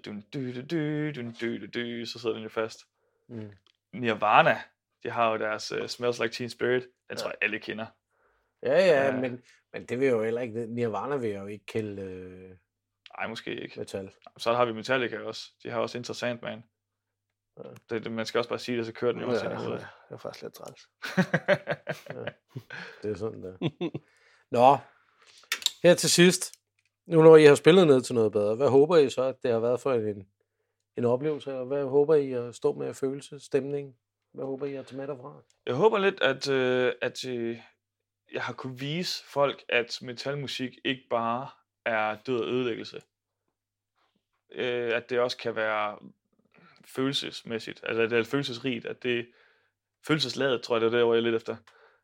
Så sidder den jo fast. Nirvana. De har jo deres Smells Like Teen Spirit. Den tror jeg, alle kender. Ja, men det vil jo heller ikke... Nirvana vil jo ikke kalde... Nej, måske ikke. Metal. Så har vi Metallica også. De har også Interessant Man. Man skal også bare sige det, så kører den jo også ind i hovedet. Det er faktisk lidt træls. Det er sådan der. Nå, her til sidst. Nu når I har spillet ned til noget bedre, hvad håber I så, at det har været for en oplevelse? Og hvad håber I at stå med af følelse, stemning? Hvad håber I at tage med derfra? Jeg håber lidt, at jeg har kunne vise folk, at metalmusik ikke bare er død og ødelæggelse. At det også kan være følelsesmæssigt, altså at det er følelsesrigt, at det følelsesladet, tror jeg, det er det, jeg er lidt efter.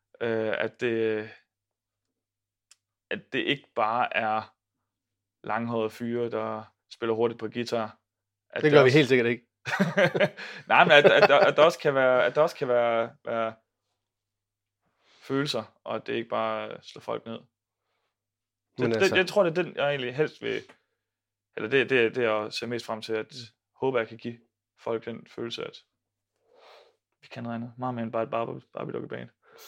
At det ikke bare er langhårede fyre, der spiller hurtigt på guitar. Det gør vi helt sikkert ikke. Nej, men at der også kan være følelser, og at det ikke bare slår folk ned. Jeg tror, det er den, jeg egentlig helst vil, eller det jeg ser mest frem til, at håber, jeg kan give folk den følelse, at vi kan regne meget mere end bare et Barbie-dukkeband.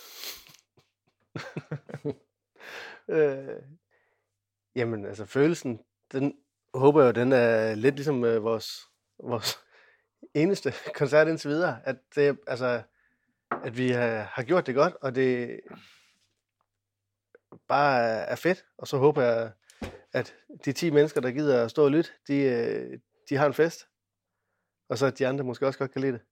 Jamen, altså følelsen, den håber jeg, den er lidt ligesom vores eneste koncert indtil videre. At det, altså, at vi har gjort det godt, og det bare er fedt. Og så håber jeg, at de 10 mennesker, der gider at stå og lytte, de har en fest. Og så at de andre måske også godt kan lide det.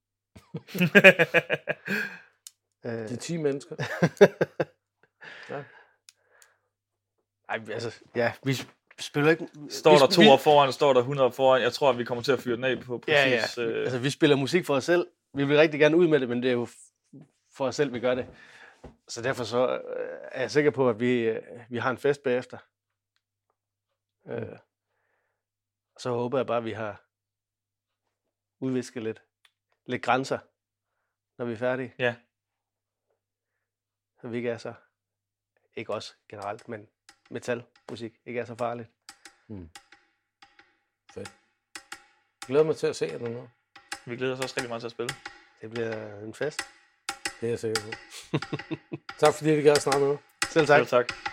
De 10 mennesker. Ja. Ej, altså, ja, vi spiller ikke... Står der 2 år foran, står der 100 foran. Jeg tror, at vi kommer til at fyre den af på præcis... Ja. Altså, vi spiller musik for os selv. Vi vil rigtig gerne ud med det, men det er jo for os selv, vi gør det. Så derfor så er jeg sikker på, at vi har en fest bagefter. Så håber jeg bare, at vi har udvisket lidt grænser, når vi er færdige. Ja. Så vi ikke er så... Ikke også generelt, men metalmusik ikke er så farligt. Fedt. Jeg glæder mig til at se jer nu. Vi glæder os også rigtig meget til at spille. Det bliver en fest. Det er jeg sikker på. Tak fordi I gad at snakke med mig. Selv tak. Selv tak.